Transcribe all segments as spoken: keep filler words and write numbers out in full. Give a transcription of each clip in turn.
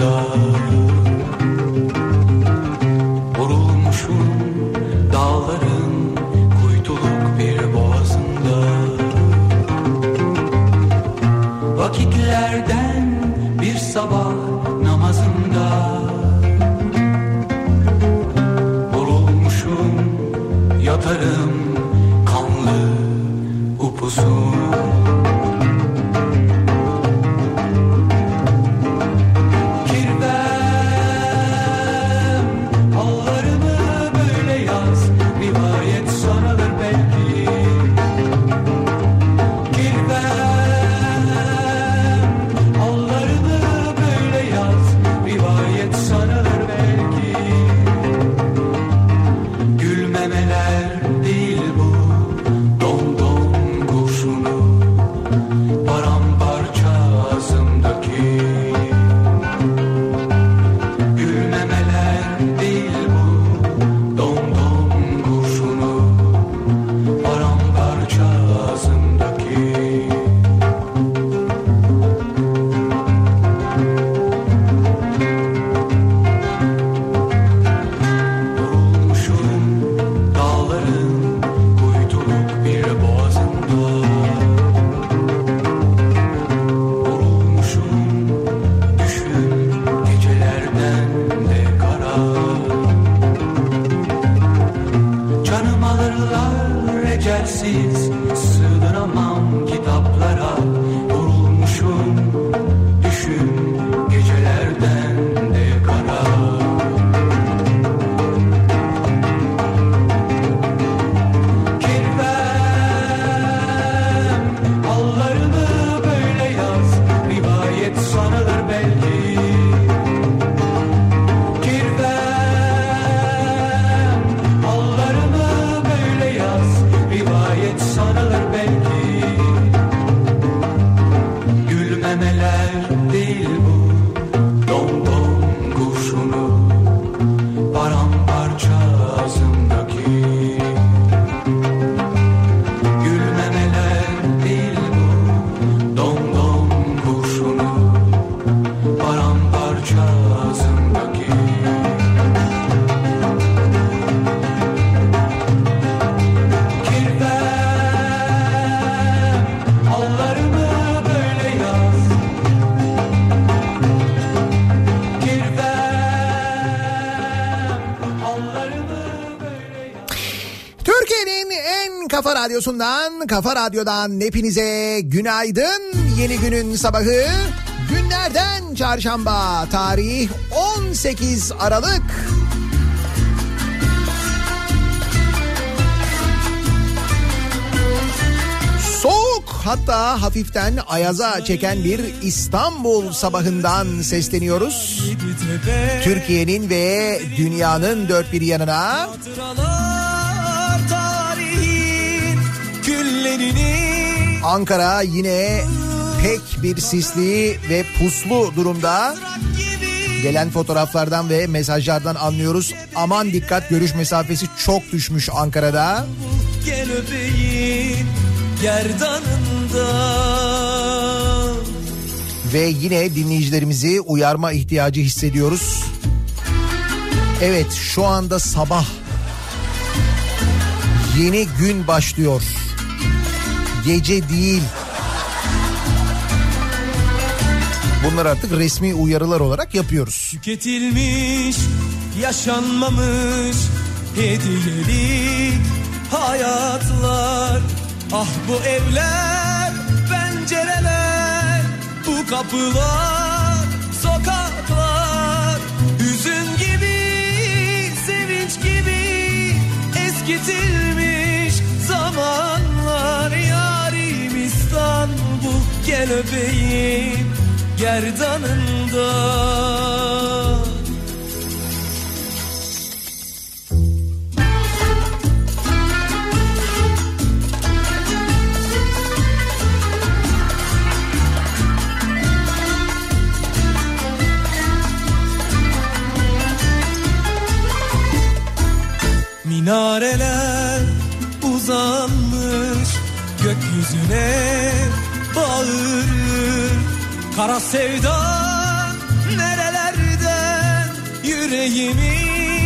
boğazında. Vurulmuşum dağların kuytuluk bir boğazında. Vakitlerden bir sabah namazında. Vurulmuşum yatarım kanlı upuzun. Radyosundan, Kafa Radyo'dan hepinize günaydın. Yeni günün sabahı, günlerden çarşamba, tarih on sekiz Aralık. Soğuk, hatta hafiften ayaza çeken bir İstanbul sabahından sesleniyoruz. Türkiye'nin ve dünyanın dört bir yanına. Ankara yine pek bir sisli ve puslu durumda. Gelen fotoğraflardan ve mesajlardan anlıyoruz. Aman dikkat, görüş mesafesi çok düşmüş Ankara'da. Gel öpeyim gerdanında. Ve yine dinleyicilerimizi uyarma ihtiyacı hissediyoruz. Evet, şu anda sabah. Yeni gün başlıyor. Gece değil. Bunlar artık resmi uyarılar olarak yapıyoruz. Tüketilmiş, yaşanmamış, hediyelik hayatlar. Ah bu evler, pencereler, bu kapılar, sokaklar. Hüzün gibi, sevinç gibi eskitilmiş zamanlar. Yarim İstanbul, gel öpeyim gerdanında. Minareler uzanmış gökyüzüne bağırır. Kara sevda nerelerden yüreğimi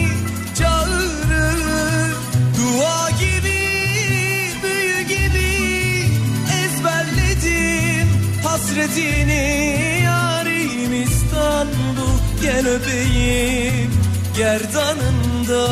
çağırır. Dua gibi, büyü gibi ezberledim hasretini. Yarim İstanbul, gel öpeyim gerdanında.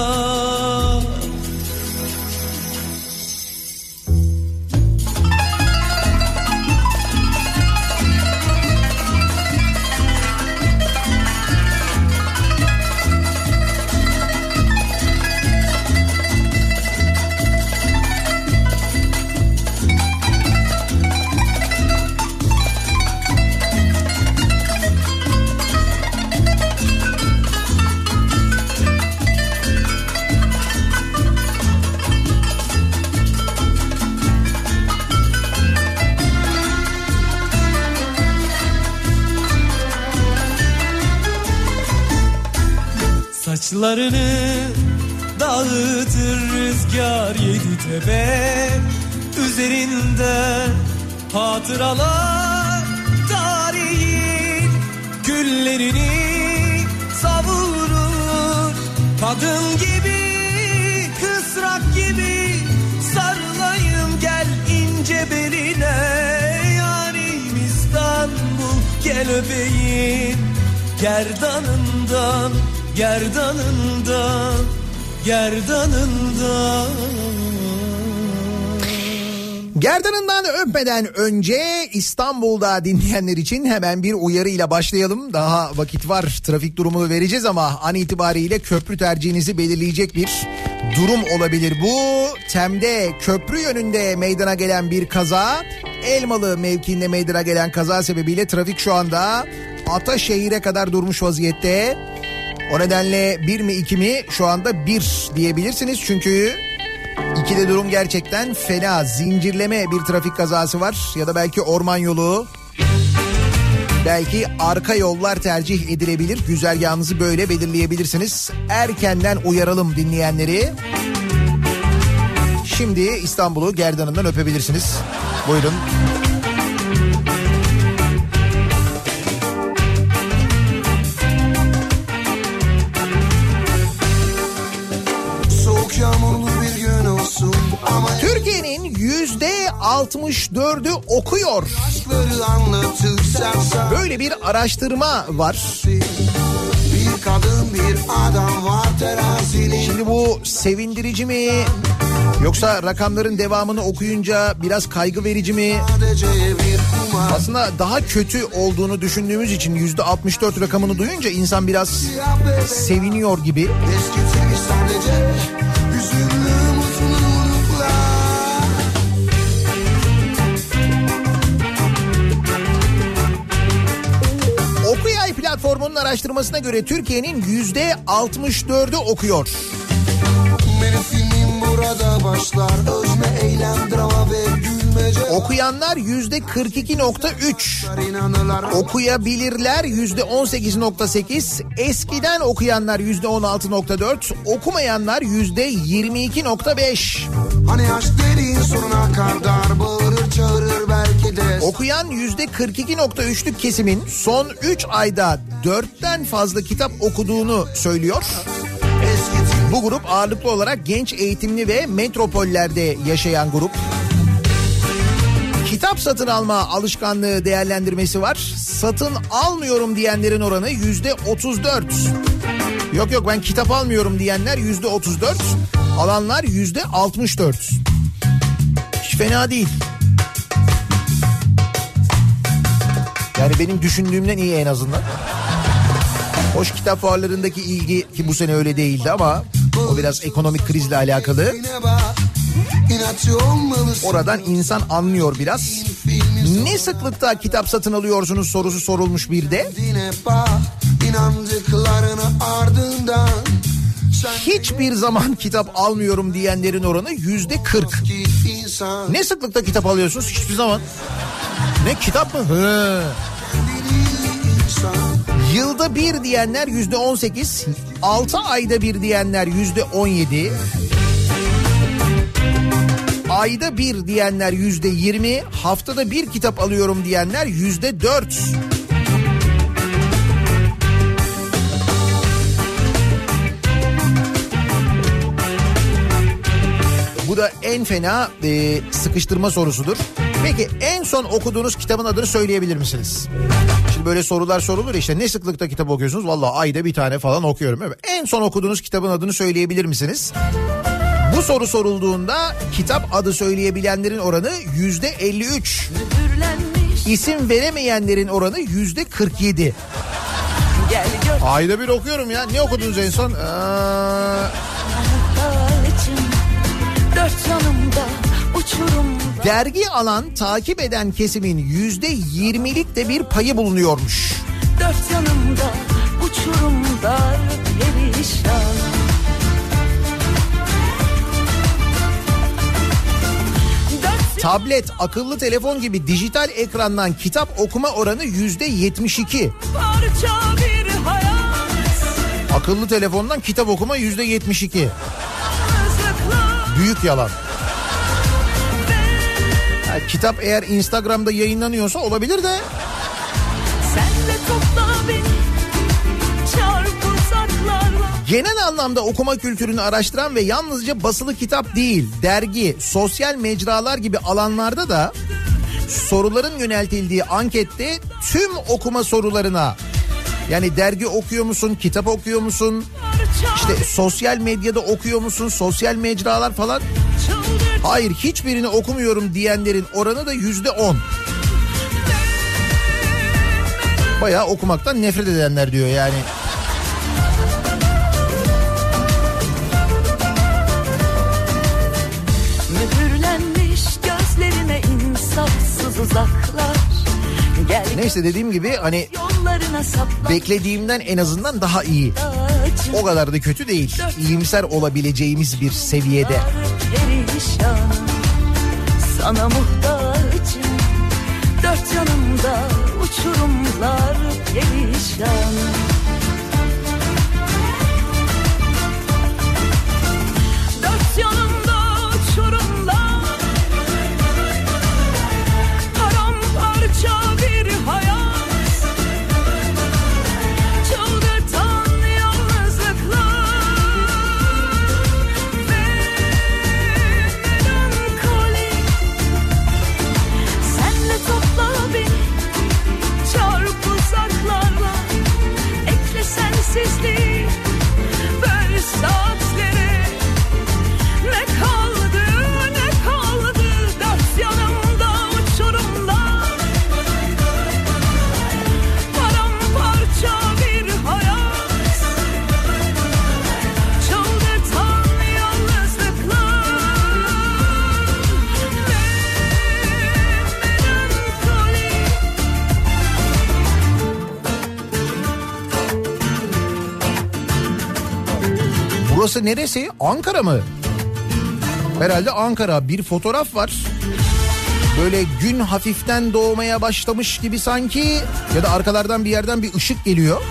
Saçlarını dağıtır rüzgar yedi tepe, üzerinde hatıralar tarihin küllerini savurur. Kadın gibi, kısrak gibi sarılayım gel ince beline. Yarim İstanbul, gel öpeyim gerdanından. Gerdanından, gerdanından. Gerdanından öpmeden önce İstanbul'da dinleyenler için hemen bir uyarıyla başlayalım. Daha vakit var, trafik durumunu vereceğiz ama an itibariyle köprü tercihinizi belirleyecek bir durum olabilir. Bu Tem'de köprü yönünde meydana gelen bir kaza, Elmalı mevkiinde meydana gelen kaza sebebiyle trafik şu anda Ataşehir'e kadar durmuş vaziyette. O nedenle bir mi iki mi şu anda bir diyebilirsiniz. Çünkü ikide durum gerçekten fena. Zincirleme bir trafik kazası var. Ya da belki orman yolu. Belki arka yollar tercih edilebilir. Güzergahınızı böyle belirleyebilirsiniz. Erkenden uyaralım dinleyenleri. Şimdi İstanbul'u gerdanından öpebilirsiniz. Buyurun. Türkiye'nin yüzde altmış dördü okuyor. Böyle bir araştırma var. Bir kadın, bir adam var terazinin. Şimdi bu sevindirici mi? Yoksa rakamların devamını okuyunca biraz kaygı verici mi? Aslında daha kötü olduğunu düşündüğümüz için yüzde altmış dört rakamını duyunca insan biraz seviniyor gibi. Okuyay platformunun araştırmasına göre Türkiye'nin yüzde altmış dördü okuyor. Benim filmim burada başlar, özne, eylem, drama ve gülmece. Okuyanlar yüzde kırk iki nokta üç. Okuyabilirler yüzde on sekiz nokta sekiz. Eskiden okuyanlar yüzde on altı nokta dört. Okumayanlar yüzde yirmi iki nokta beş. Hani aşk derin sonuna kadar bağırır çağırır belki de. Okuyan yüzde kırk iki nokta üçlük kesimin son üç ayda dörtten fazla kitap okuduğunu söylüyor. Bu grup ağırlıklı olarak genç, eğitimli ve metropollerde yaşayan grup. Kitap satın alma alışkanlığı değerlendirmesi var. Satın almıyorum diyenlerin oranı yüzde otuz dört. Yok yok ben kitap almıyorum diyenler yüzde otuz dört. Alanlar yüzde altmış dört. Hiç fena değil. Yani benim düşündüğümden iyi en azından. Hoş kitap fuarlarındaki ilgi ki bu sene öyle değildi ama o biraz ekonomik krizle alakalı. Oradan insan anlıyor biraz. Ne sıklıkta kitap satın alıyorsunuz sorusu sorulmuş bir de. Hiçbir zaman kitap almıyorum diyenlerin oranı yüzde kırk. Ne sıklıkta kitap alıyorsunuz? Hiçbir zaman. Ne kitap mı? Hı. Yılda bir diyenler yüzde on sekiz, altı ayda bir diyenler yüzde on yedi, ayda bir diyenler yüzde yirmi, haftada bir kitap alıyorum diyenler yüzde dört. da en fena e, sıkıştırma sorusudur. Peki en son okuduğunuz kitabın adını söyleyebilir misiniz? Şimdi böyle sorular sorulur işte, ne sıklıkta kitap okuyorsunuz? Vallahi ayda bir tane falan okuyorum. Evet. En son okuduğunuz kitabın adını söyleyebilir misiniz? Bu soru sorulduğunda kitap adı söyleyebilenlerin oranı yüzde elli üç. İsim veremeyenlerin oranı yüzde kırk yedi. Ayda bir okuyorum ya. Ne okudunuz en son? Aa... Dergi alan, takip eden kesimin yüzde yirmilik de bir payı bulunuyormuş. Dört yanımda uçurumda perişan. Tablet, akıllı telefon gibi dijital ekrandan kitap okuma oranı yüzde yetmiş iki. Akıllı telefondan kitap okuma yüzde yetmiş iki. Büyük yalan. Yani kitap eğer Instagram'da yayınlanıyorsa olabilir de. Genel anlamda okuma kültürünü araştıran ve yalnızca basılı kitap değil, dergi, sosyal mecralar gibi alanlarda da soruların yöneltildiği ankette tüm okuma sorularına, yani dergi okuyor musun, kitap okuyor musun, işte sosyal medyada okuyor musun, sosyal mecralar falan, hayır hiçbirini okumuyorum diyenlerin oranı da yüzde on. Bayağı okumaktan nefret edenler diyor yani. Uzaklar, neyse dediğim gibi hani beklediğimden en azından daha iyi. O kadar da kötü değil. İyimser olabileceğimiz bir seviyede. Sana muhtacım. Dört yanımda uçurumlar perişan. Dört yanımda uçurumlar. Bir hayat, çıldırtan yalnızlıklar ve melankoli. Senle topla beni çarp uzaklarla, ekle sensizliği, böl saatleri. Ne kaldı ne kaldı dört yanımda uçurumlar. Burası neresi? Ankara mı? Herhalde Ankara. Bir fotoğraf var. Böyle gün hafiften doğmaya başlamış gibi sanki, ya da arkalardan bir yerden bir ışık geliyor.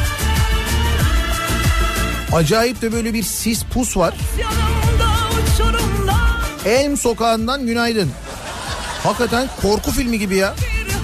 Acayip de böyle bir sis pus var. Elm Sokağı'ndan günaydın. Hakikaten korku filmi gibi ya.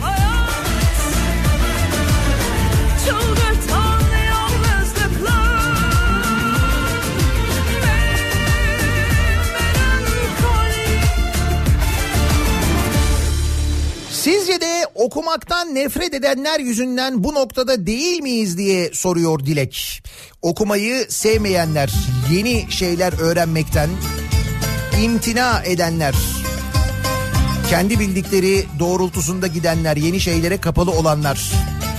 Sizce de okumaktan nefret edenler yüzünden bu noktada değil miyiz diye soruyor Dilek. Okumayı sevmeyenler, yeni şeyler öğrenmekten imtina edenler, kendi bildikleri doğrultusunda gidenler, yeni şeylere kapalı olanlar.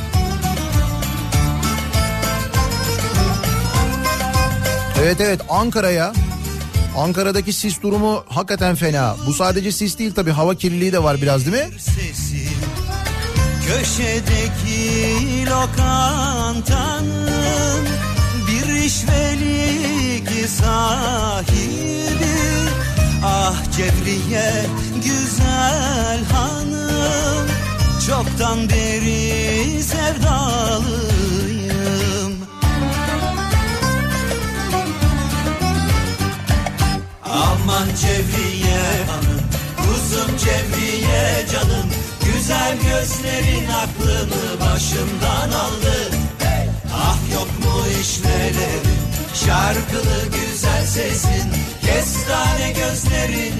Evet evet, Ankara'ya. Ankara'daki sis durumu hakikaten fena. Bu sadece sis değil tabii, hava kirliliği de var biraz, değil mi? Sesi, köşedeki lokantanın bir işvelik sahibi. Ah Cevriye güzel hanım, çoktan beri sevdalıyım. Aman Cevriye hanım, kuzum Cevriye canım, güzel gözlerin aklımı başımdan aldı. Hey! Ah yok mu işvelerin, şarkılı güzel sesin, kestane gözlerin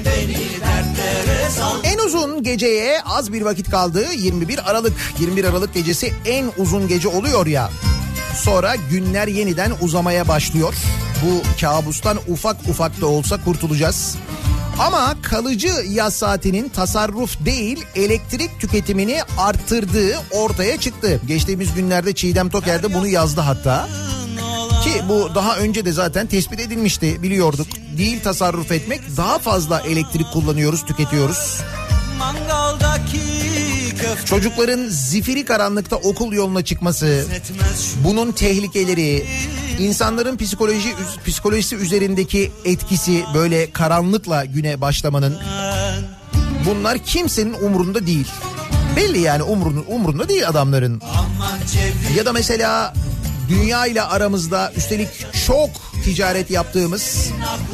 Uzun geceye az bir vakit kaldı. yirmi bir Aralık. yirmi bir Aralık gecesi en uzun gece oluyor ya. Sonra günler yeniden uzamaya başlıyor. Bu kabustan ufak ufak da olsa kurtulacağız. Ama kalıcı yaz saatinin tasarruf değil elektrik tüketimini arttırdığı ortaya çıktı. Geçtiğimiz günlerde Çiğdem Toker de bunu yazdı hatta. Ki bu daha önce de zaten tespit edilmişti, biliyorduk. Değil tasarruf etmek, daha fazla elektrik kullanıyoruz, tüketiyoruz. Çocukların zifiri karanlıkta okul yoluna çıkması, bunun tehlikeleri, insanların psikoloji psikolojisi üzerindeki etkisi, böyle karanlıkla güne başlamanın, bunlar kimsenin umurunda değil. Belli yani, umrunun umrunda değil adamların. Ya da mesela dünya ile aramızda üstelik çok ticaret yaptığımız,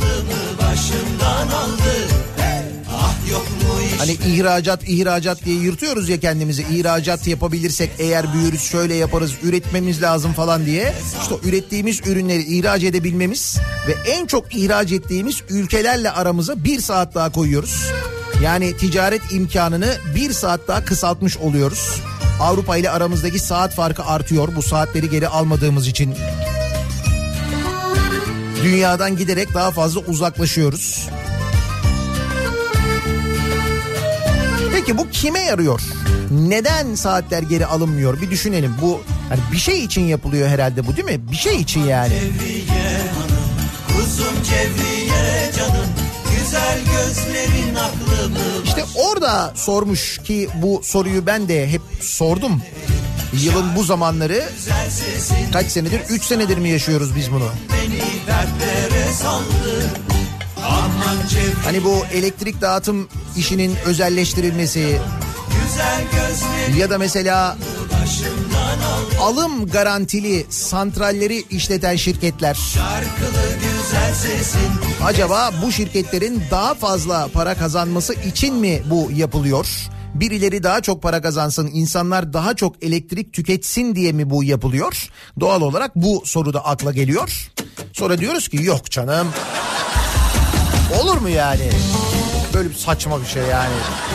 hani ihracat ihracat diye yırtıyoruz ya kendimizi. İhracat yapabilirsek eğer büyürüz, şöyle yaparız, üretmemiz lazım falan diye. İşte ürettiğimiz ürünleri ihraç edebilmemiz ve en çok ihraç ettiğimiz ülkelerle aramıza bir saat daha koyuyoruz. Yani ticaret imkanını bir saat daha kısaltmış oluyoruz. Avrupa ile aramızdaki saat farkı artıyor, bu saatleri geri almadığımız için. Dünyadan giderek daha fazla uzaklaşıyoruz. Peki bu kime yarıyor? Neden saatler geri alınmıyor? Bir düşünelim. Bu yani bir şey için yapılıyor herhalde bu, değil mi? Bir şey için yani. Cevriye hanım, kuzum Cevriye canım, güzel gözlerin aklımı. İşte orada sormuş ki bu soruyu ben de hep sordum. Yılın bu zamanları kaç senedir? Üç senedir mi yaşıyoruz biz bunu? Beni dertlere saldı. Hani bu elektrik dağıtım işinin özelleştirilmesi ya da mesela alım garantili santralleri işleten şirketler, acaba bu şirketlerin daha fazla para kazanması için mi bu yapılıyor? Birileri daha çok para kazansın, insanlar daha çok elektrik tüketsin diye mi bu yapılıyor? Doğal olarak bu soru da akla geliyor. Sonra diyoruz ki yok canım. Olur mu yani? Böyle bir saçma bir şey yani.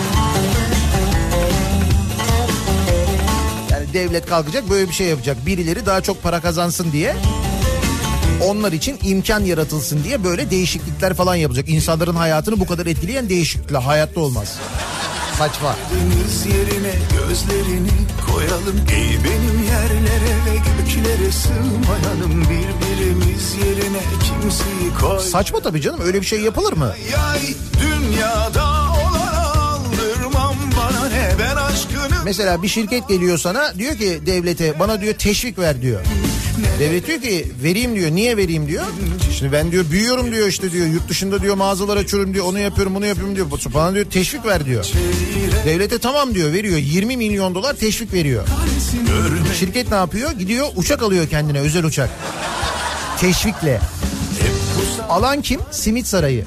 Yani devlet kalkacak, böyle bir şey yapacak. Birileri daha çok para kazansın diye, onlar için imkan yaratılsın diye böyle değişiklikler falan yapacak. İnsanların hayatını bu kadar etkileyen değişiklikler hayatta olmaz. Saçma. Deniz yerine gözlerini koyalım, ey benim yerlere ve göklere sığmayanım, birbirimiz yerine kimseyi koy. Saçma tabii canım, öyle bir şey yapılır mı? Yay dünyada olan aldırmam bana ne, ben aşkını. Mesela bir şirket geliyor sana, diyor ki devlete, bana diyor teşvik ver diyor. Devlet diyor ki vereyim diyor. Niye vereyim diyor. Şimdi ben diyor büyüyorum diyor, işte diyor yurt dışında diyor mağazalar açıyorum diyor, onu yapıyorum bunu yapıyorum diyor. Bana diyor teşvik ver diyor. Devlete tamam diyor, veriyor. yirmi milyon dolar teşvik veriyor. Şirket ne yapıyor? Gidiyor uçak alıyor kendine, özel uçak. Teşvikle. Alan kim? Simit Sarayı.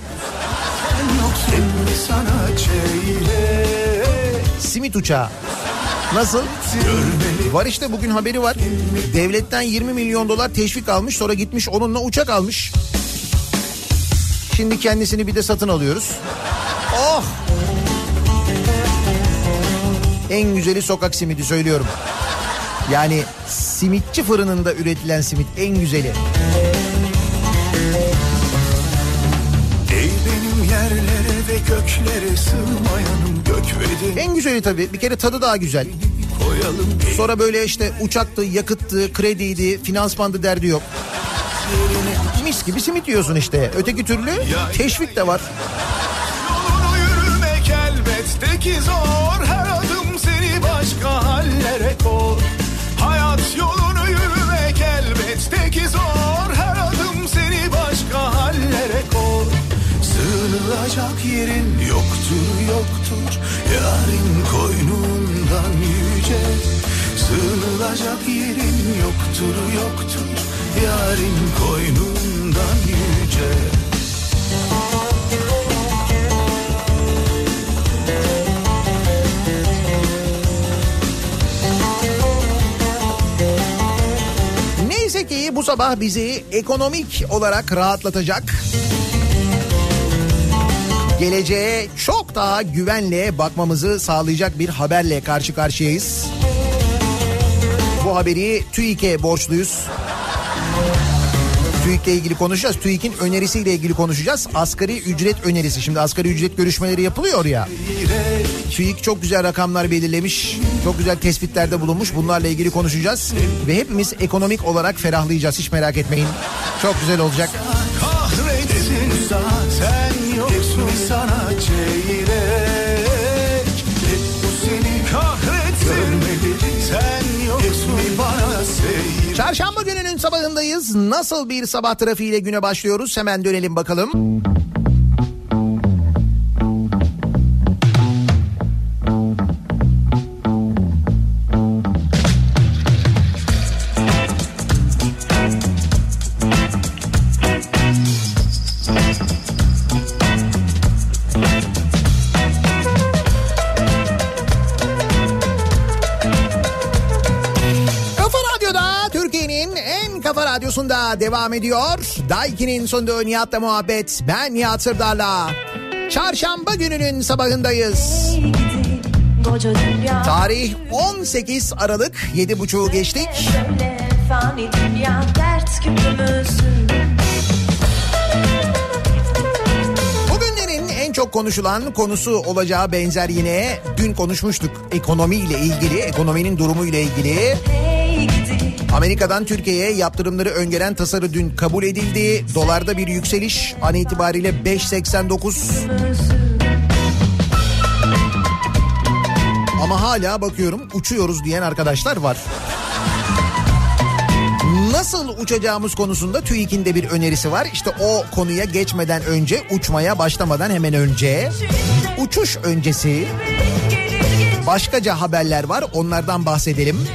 Simit uçağı. Nasıl? Var işte, bugün haberi var. Devletten yirmi milyon dolar teşvik almış, sonra gitmiş onunla uçak almış. Şimdi kendisini bir de satın alıyoruz. Oh! En güzeli sokak simidi, söylüyorum. Yani simitçi fırınında üretilen simit en güzeli. Ey benim yerlere ve göklere sığmayanım, gök ve deniz. En güzeli tabii, bir kere tadı daha güzel. Koyalım. Sonra böyle işte uçaktı, yakıttı, krediydi, finansmandı derdi yok. Mis gibi simit yiyorsun işte. Öteki türlü teşvik de var. Yolunu yürümek elbette ki zor, her adım seni başka hallere koy. Hayat yolunu yürümek elbette ki zor, her adım seni başka hallere koy. Sığınılacak yerin yoktur yoktur, yarın koynundan yüce. Sığınılacak yerin yoktur yoktur, yarın koynundan yüce. Neyse ki bu sabah bizi ekonomik olarak rahatlatacak geleceğe çok daha güvenle bakmamızı sağlayacak bir haberle karşı karşıyayız. Bu haberi TÜİK'e borçluyuz. TÜİK'le ilgili konuşacağız. TÜİK'in önerisiyle ilgili konuşacağız. Asgari ücret önerisi. Şimdi asgari ücret görüşmeleri yapılıyor ya. TÜİK çok güzel rakamlar belirlemiş. Çok güzel tespitlerde bulunmuş. Bunlarla ilgili konuşacağız. Ve hepimiz ekonomik olarak ferahlayacağız. Hiç merak etmeyin. Çok güzel olacak. Kahretsin zaten yoksun sana çeyrek. Hep bu seni kahretsin. Sen yoksun bana seyir. Çarşamba gününün sabahındayız. Nasıl bir sabah trafiğiyle güne başlıyoruz? Hemen dönelim bakalım. Radyosunda devam ediyor. Daiki'nin sonunda Nihat'la muhabbet. Ben Nihat Sırdar'la. Çarşamba gününün sabahındayız. Tarih on sekiz Aralık, yedi buçuğu geçtik. Bugünlerin en çok konuşulan konusu olacağı benzer yine dün konuşmuştuk. Ekonomiyle ilgili, ekonominin durumuyla ilgili. Amerika'dan Türkiye'ye yaptırımları öngören tasarı dün kabul edildi. Dolarda bir yükseliş an itibariyle beş seksen dokuz. Ama hala bakıyorum uçuyoruz diyen arkadaşlar var. Nasıl uçacağımız konusunda TÜİK'in de bir önerisi var. İşte o konuya geçmeden önce, uçmaya başlamadan hemen önce, uçuş öncesi başkaca haberler var. Onlardan bahsedelim.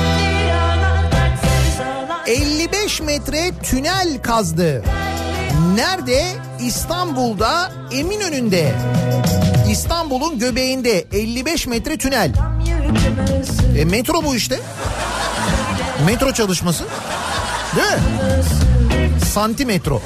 elli beş metre tünel kazdı. Nerede? İstanbul'da, Eminönü'nde. İstanbul'un göbeğinde elli beş metre tünel. E, metro bu işte. Metro çalışması. Değil mi? Santimetro.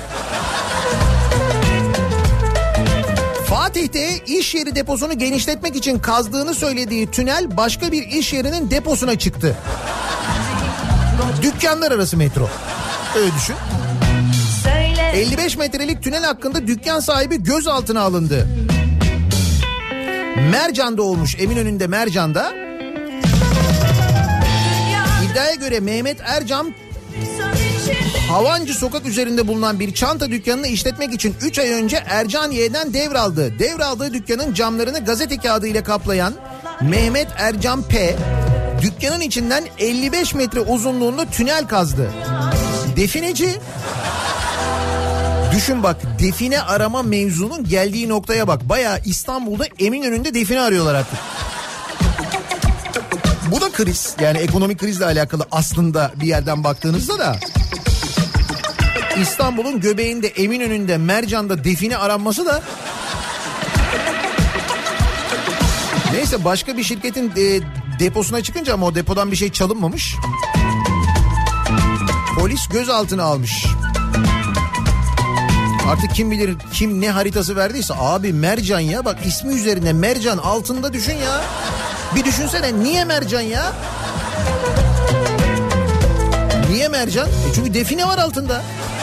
Fatih'te iş yeri deposunu genişletmek için kazdığını söylediği tünel başka bir iş yerinin deposuna çıktı. Dükkanlar arası metro. Öyle düşün. elli beş metrelik tünel hakkında dükkan sahibi gözaltına alındı. Mercan'da olmuş, Eminönü'nde Mercan'da. İddiaya göre Mehmet Ercan Havancı sokak üzerinde bulunan bir çanta dükkanını işletmek için üç ay önce Ercaniye'den devraldı. Devraldığı dükkanın camlarını gazete kağıdı ile kaplayan Mehmet Ercan P. dükkanın içinden elli beş metre uzunluğunda tünel kazdı. Defineci, düşün bak, define arama mevzunun geldiği noktaya bak. Bayağı İstanbul'da Eminönü'nde define arıyorlar artık. Bu da kriz, yani ekonomik krizle alakalı aslında bir yerden baktığınızda da. İstanbul'un göbeğinde, Eminönü'nde, Mercan'da define aranması da. Neyse, başka bir şirketin e, deposuna çıkınca, ama o depodan bir şey çalınmamış. Polis gözaltına almış. Artık kim bilir kim ne haritası verdiyse. Abi Mercan ya, bak ismi üzerine Mercan, altında düşün ya. Bir düşünsene, niye Mercan ya? Niye Mercan? E çünkü define var altında.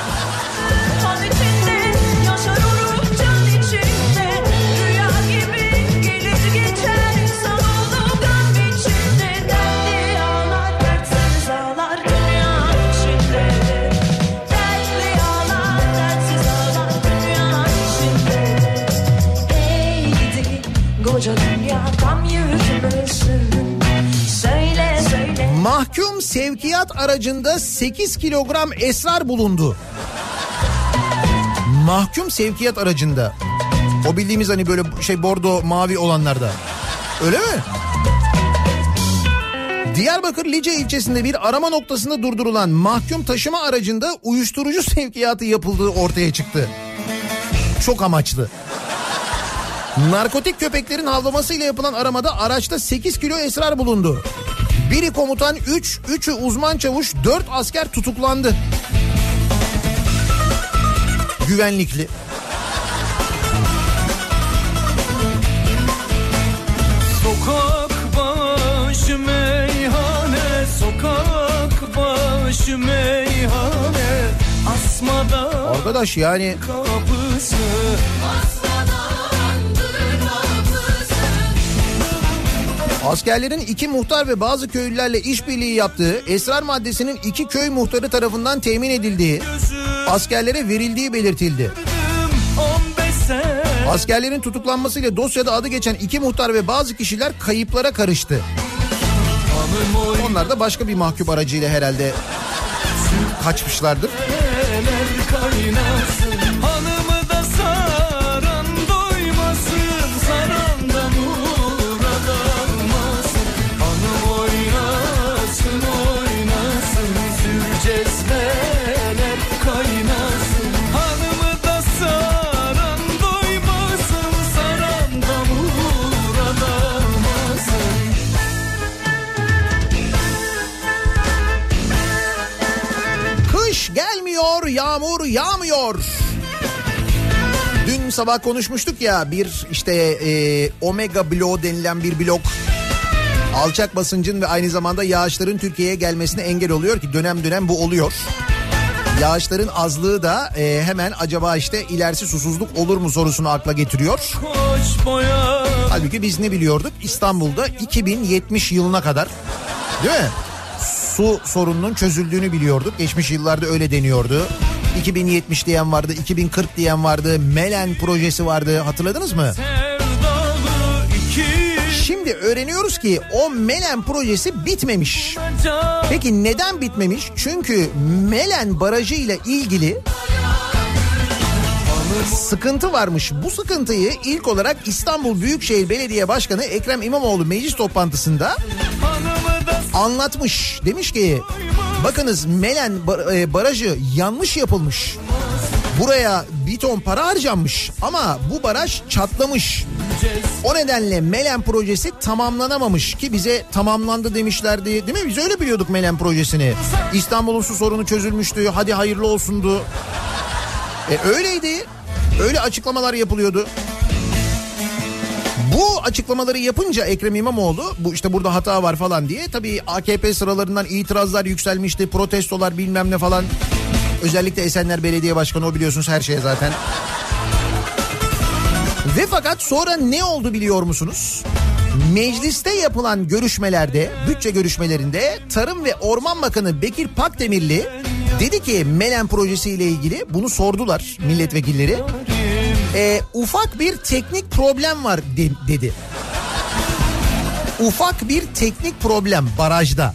Mahkum sevkiyat aracında sekiz kilogram esrar bulundu. Mahkum sevkiyat aracında. O bildiğimiz hani böyle şey bordo mavi olanlarda. Öyle mi? Diyarbakır Lice ilçesinde bir arama noktasında durdurulan mahkum taşıma aracında uyuşturucu sevkiyatı yapıldığı ortaya çıktı. Çok amaçlı. Narkotik köpeklerin havlamasıyla yapılan aramada araçta sekiz kilo esrar bulundu. Biri komutan, üç, üçü uzman çavuş, dört asker tutuklandı. Güvenlikli. meyhane, asmadan arkadaş yani kapısı. askerlerin iki muhtar ve bazı köylülerle işbirliği yaptığı, esrar maddesinin iki köy muhtarı tarafından temin edildiği, askerlere verildiği belirtildi. Askerlerin tutuklanmasıyla dosyada adı geçen iki muhtar ve bazı kişiler kayıplara karıştı. Onlar da başka bir mahkum aracıyla herhalde kaçmışlardır. Hanımı da saran doymasın, saran da nura dalmasın. Hanım oynasın oynasın, zülcezveler kaynasın. Hanımı da saran doymasın, saran da nura dalmasın. Kış gelmiyor, yağmur yağmıyor. Dün sabah konuşmuştuk ya, bir işte e, omega bloğu denilen bir blok alçak basıncın ve aynı zamanda yağışların Türkiye'ye gelmesine engel oluyor ki dönem dönem bu oluyor. Yağışların azlığı da e, hemen acaba işte ilerisi susuzluk olur mu sorusunu akla getiriyor. Halbuki biz ne biliyorduk? İstanbul'da iki bin yetmiş yılına kadar, değil mi? Su sorununun çözüldüğünü biliyorduk. Geçmiş yıllarda öyle deniyordu. iki bin yetmiş diyen vardı, iki bin kırk diyen vardı. Melen projesi vardı. Hatırladınız mı? Şimdi öğreniyoruz ki o Melen projesi bitmemiş. Peki neden bitmemiş? Çünkü Melen Barajı ile ilgili sıkıntı varmış. Bu sıkıntıyı ilk olarak İstanbul Büyükşehir Belediye Başkanı Ekrem İmamoğlu meclis toplantısında anlatmış. Demiş ki bakınız Melen Barajı yanlış yapılmış. Buraya bir ton para harcanmış ama bu baraj çatlamış. O nedenle Melen projesi tamamlanamamış ki bize tamamlandı demişlerdi. Değil mi? Biz öyle biliyorduk Melen projesini. İstanbul'un su sorunu çözülmüştü. Hadi hayırlı olsundu. E öyleydi. Öyle açıklamalar yapılıyordu. Bu açıklamaları yapınca Ekrem İmamoğlu bu işte burada hata var falan diye tabii A K P sıralarından itirazlar yükselmişti. Protestolar bilmem ne falan. Özellikle Esenler Belediye Başkanı, o biliyorsunuz her şeye zaten. Ve fakat sonra ne oldu biliyor musunuz? Mecliste yapılan görüşmelerde, bütçe görüşmelerinde Tarım ve Orman Bakanı Bekir Pakdemirli dedi ki Melen projesiyle ilgili bunu sordular milletvekilleri. E, ufak bir teknik problem var de, dedi. Ufak bir teknik problem barajda.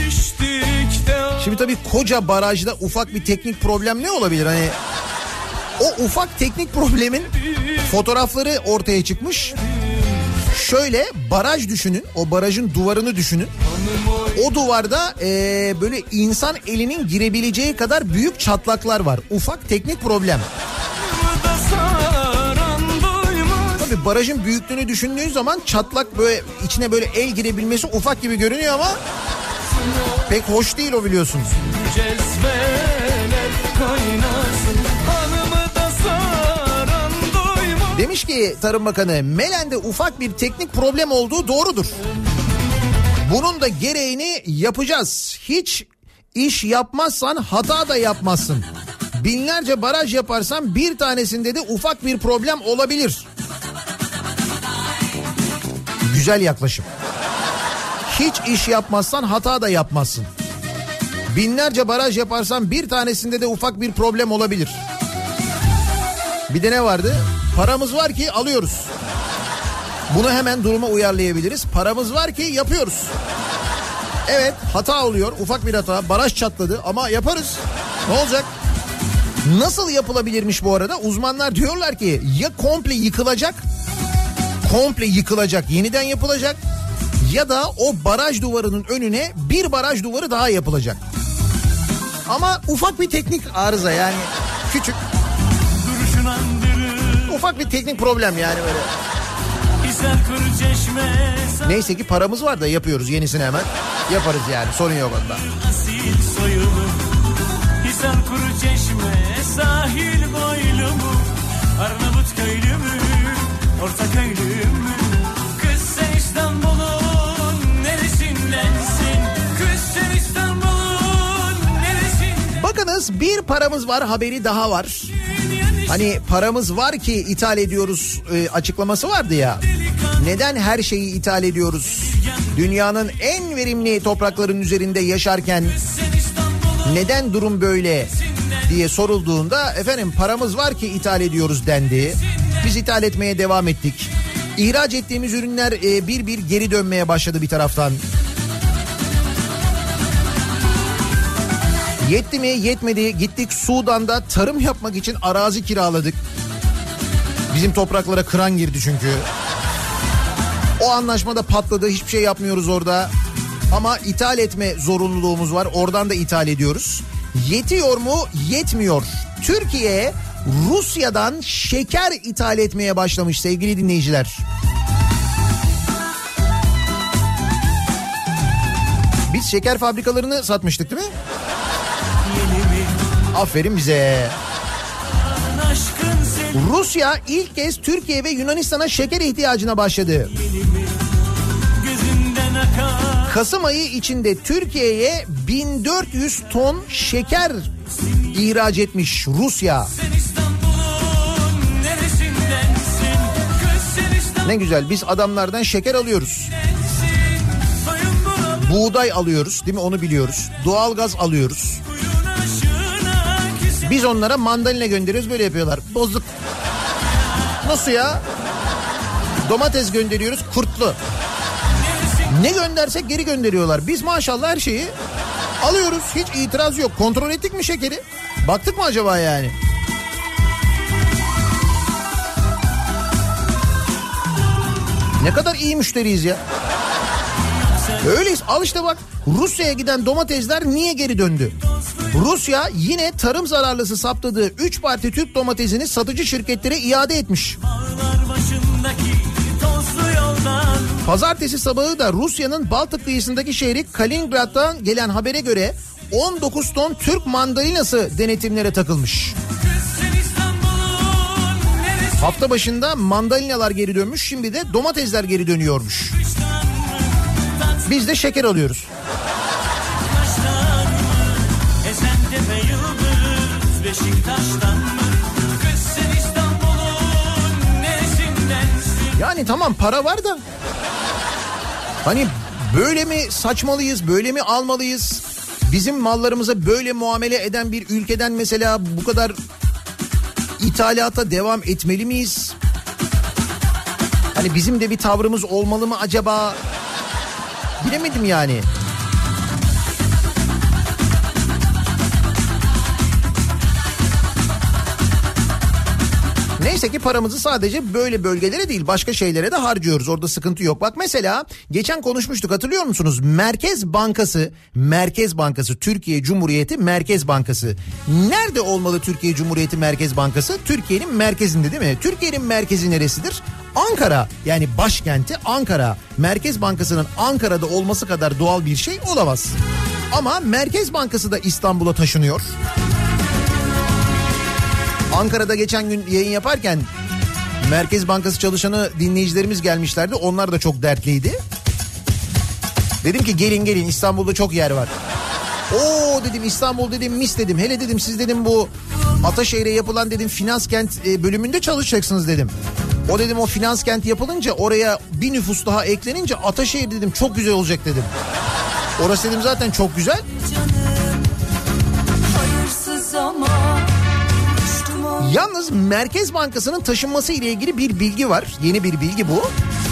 Şimdi tabii koca barajda ufak bir teknik problem ne olabilir? Hani o ufak teknik problemin fotoğrafları ortaya çıkmış. Şöyle baraj düşünün, o barajın duvarını düşünün. O duvarda e, böyle insan elinin girebileceği kadar büyük çatlaklar var. Ufak teknik problem. Tabii barajın büyüklüğünü düşündüğün zaman çatlak böyle içine böyle el girebilmesi ufak gibi görünüyor ama pek hoş değil o, biliyorsunuz. Demiş ki Tarım Bakanı, Melen'de ufak bir teknik problem olduğu doğrudur. Bunun da gereğini yapacağız. Hiç iş yapmazsan hata da yapmazsın. Binlerce baraj yaparsan bir tanesinde de ufak bir problem olabilir. Güzel yaklaşım. Hiç iş yapmazsan hata da yapmazsın. Binlerce baraj yaparsan bir tanesinde de ufak bir problem olabilir. Bir de ne vardı? Paramız var ki alıyoruz. Bunu hemen duruma uyarlayabiliriz. Paramız var ki yapıyoruz. Evet, hata oluyor, ufak bir hata, baraj çatladı ama yaparız. Ne olacak? Nasıl yapılabilirmiş bu arada? Uzmanlar diyorlar ki ya komple yıkılacak, komple yıkılacak, yeniden yapılacak, ya da o baraj duvarının önüne bir baraj duvarı daha yapılacak. Ama ufak bir teknik arıza, yani küçük. Ufak bir teknik problem yani böyle. Neyse ki paramız var da yapıyoruz yenisini hemen. Yaparız yani, sorun yok onda. Hisar kuru çeşme, sahil boylu mu? Arnavut köylü mü? Orta köylü mü? Kız sen İstanbul'un neresindensin? Kız sen İstanbul'un neresindensin? Yalnız bir paramız var, haberi daha var. Hani paramız var ki ithal ediyoruz e, açıklaması vardı ya. Neden her şeyi ithal ediyoruz? Dünyanın en verimli toprakların üzerinde yaşarken neden durum böyle diye sorulduğunda efendim paramız var ki ithal ediyoruz dendi. Biz ithal etmeye devam ettik. İhraç ettiğimiz ürünler e, bir bir geri dönmeye başladı bir taraftan. Yetti mi? Yetmedi. Gittik Sudan'da tarım yapmak için arazi kiraladık. Bizim topraklara kıran girdi çünkü. O anlaşmada patladı. Hiçbir şey yapmıyoruz orada. Ama ithal etme zorunluluğumuz var. Oradan da ithal ediyoruz. Yetiyor mu? Yetmiyor. Türkiye Rusya'dan şeker ithal etmeye başlamış sevgili dinleyiciler. Biz şeker fabrikalarını satmıştık değil mi? Aferin bize. Rusya ilk kez Türkiye ve Yunanistan'a şeker ihtiyacına başladı. Kasım ayı içinde Türkiye'ye bin dört yüz ton şeker ihraç etmiş Rusya. Ne güzel, biz adamlardan şeker alıyoruz. Buğday alıyoruz değil mi, onu biliyoruz. Doğalgaz alıyoruz. Biz onlara mandalina gönderiyoruz, böyle yapıyorlar. Bozuk. Nasıl ya? Domates gönderiyoruz, kurtlu. Ne göndersek geri gönderiyorlar. Biz maşallah her şeyi alıyoruz. Hiç itiraz yok. Kontrol ettik mi şekeri? Baktık mı acaba yani? Ne kadar iyi müşteriyiz ya. Öyleyiz. Al işte bak. Rusya'ya giden domatesler niye geri döndü? Rusya yine tarım zararlısı saptadığı üç parti Türk domatesini satıcı şirketlere iade etmiş. Pazartesi sabahı da Rusya'nın Baltık kıyısındaki şehri Kaliningrad'dan gelen habere göre on dokuz ton Türk mandalinası denetimlere takılmış. Hafta başında mandalinalar geri dönmüş, şimdi de domatesler geri dönüyormuş. Biz de şeker alıyoruz. Yani tamam, para var da hani böyle mi saçmalıyız, böyle mi almalıyız? Bizim mallarımıza böyle muamele eden bir ülkeden mesela bu kadar ithalata devam etmeli miyiz? Hani bizim de bir tavrımız olmalı mı acaba? Bilemedim yani. Neyse ki paramızı sadece böyle bölgelere değil başka şeylere de harcıyoruz. Orada sıkıntı yok. Bak mesela geçen konuşmuştuk, hatırlıyor musunuz? Merkez Bankası, Merkez Bankası, Türkiye Cumhuriyeti Merkez Bankası. Nerede olmalı Türkiye Cumhuriyeti Merkez Bankası? Türkiye'nin merkezinde değil mi? Türkiye'nin merkezi neresidir? Ankara, yani başkenti Ankara. Merkez Bankası'nın Ankara'da olması kadar doğal bir şey olamaz. Ama Merkez Bankası da İstanbul'a taşınıyor. Ankara'da geçen gün yayın yaparken Merkez Bankası çalışanı dinleyicilerimiz gelmişlerdi. Onlar da çok dertliydi. Dedim ki gelin gelin, İstanbul'da çok yer var. Oo dedim, İstanbul dedim mis dedim. Hele dedim siz dedim bu Ataşehir'e yapılan dedim finans kent bölümünde çalışacaksınız dedim. O dedim o finans kent yapılınca oraya bir nüfus daha eklenince Ataşehir dedim çok güzel olacak dedim. Orası dedim zaten çok güzel. Yalnız Merkez Bankası'nın taşınması ile ilgili bir bilgi var. Yeni bir bilgi bu.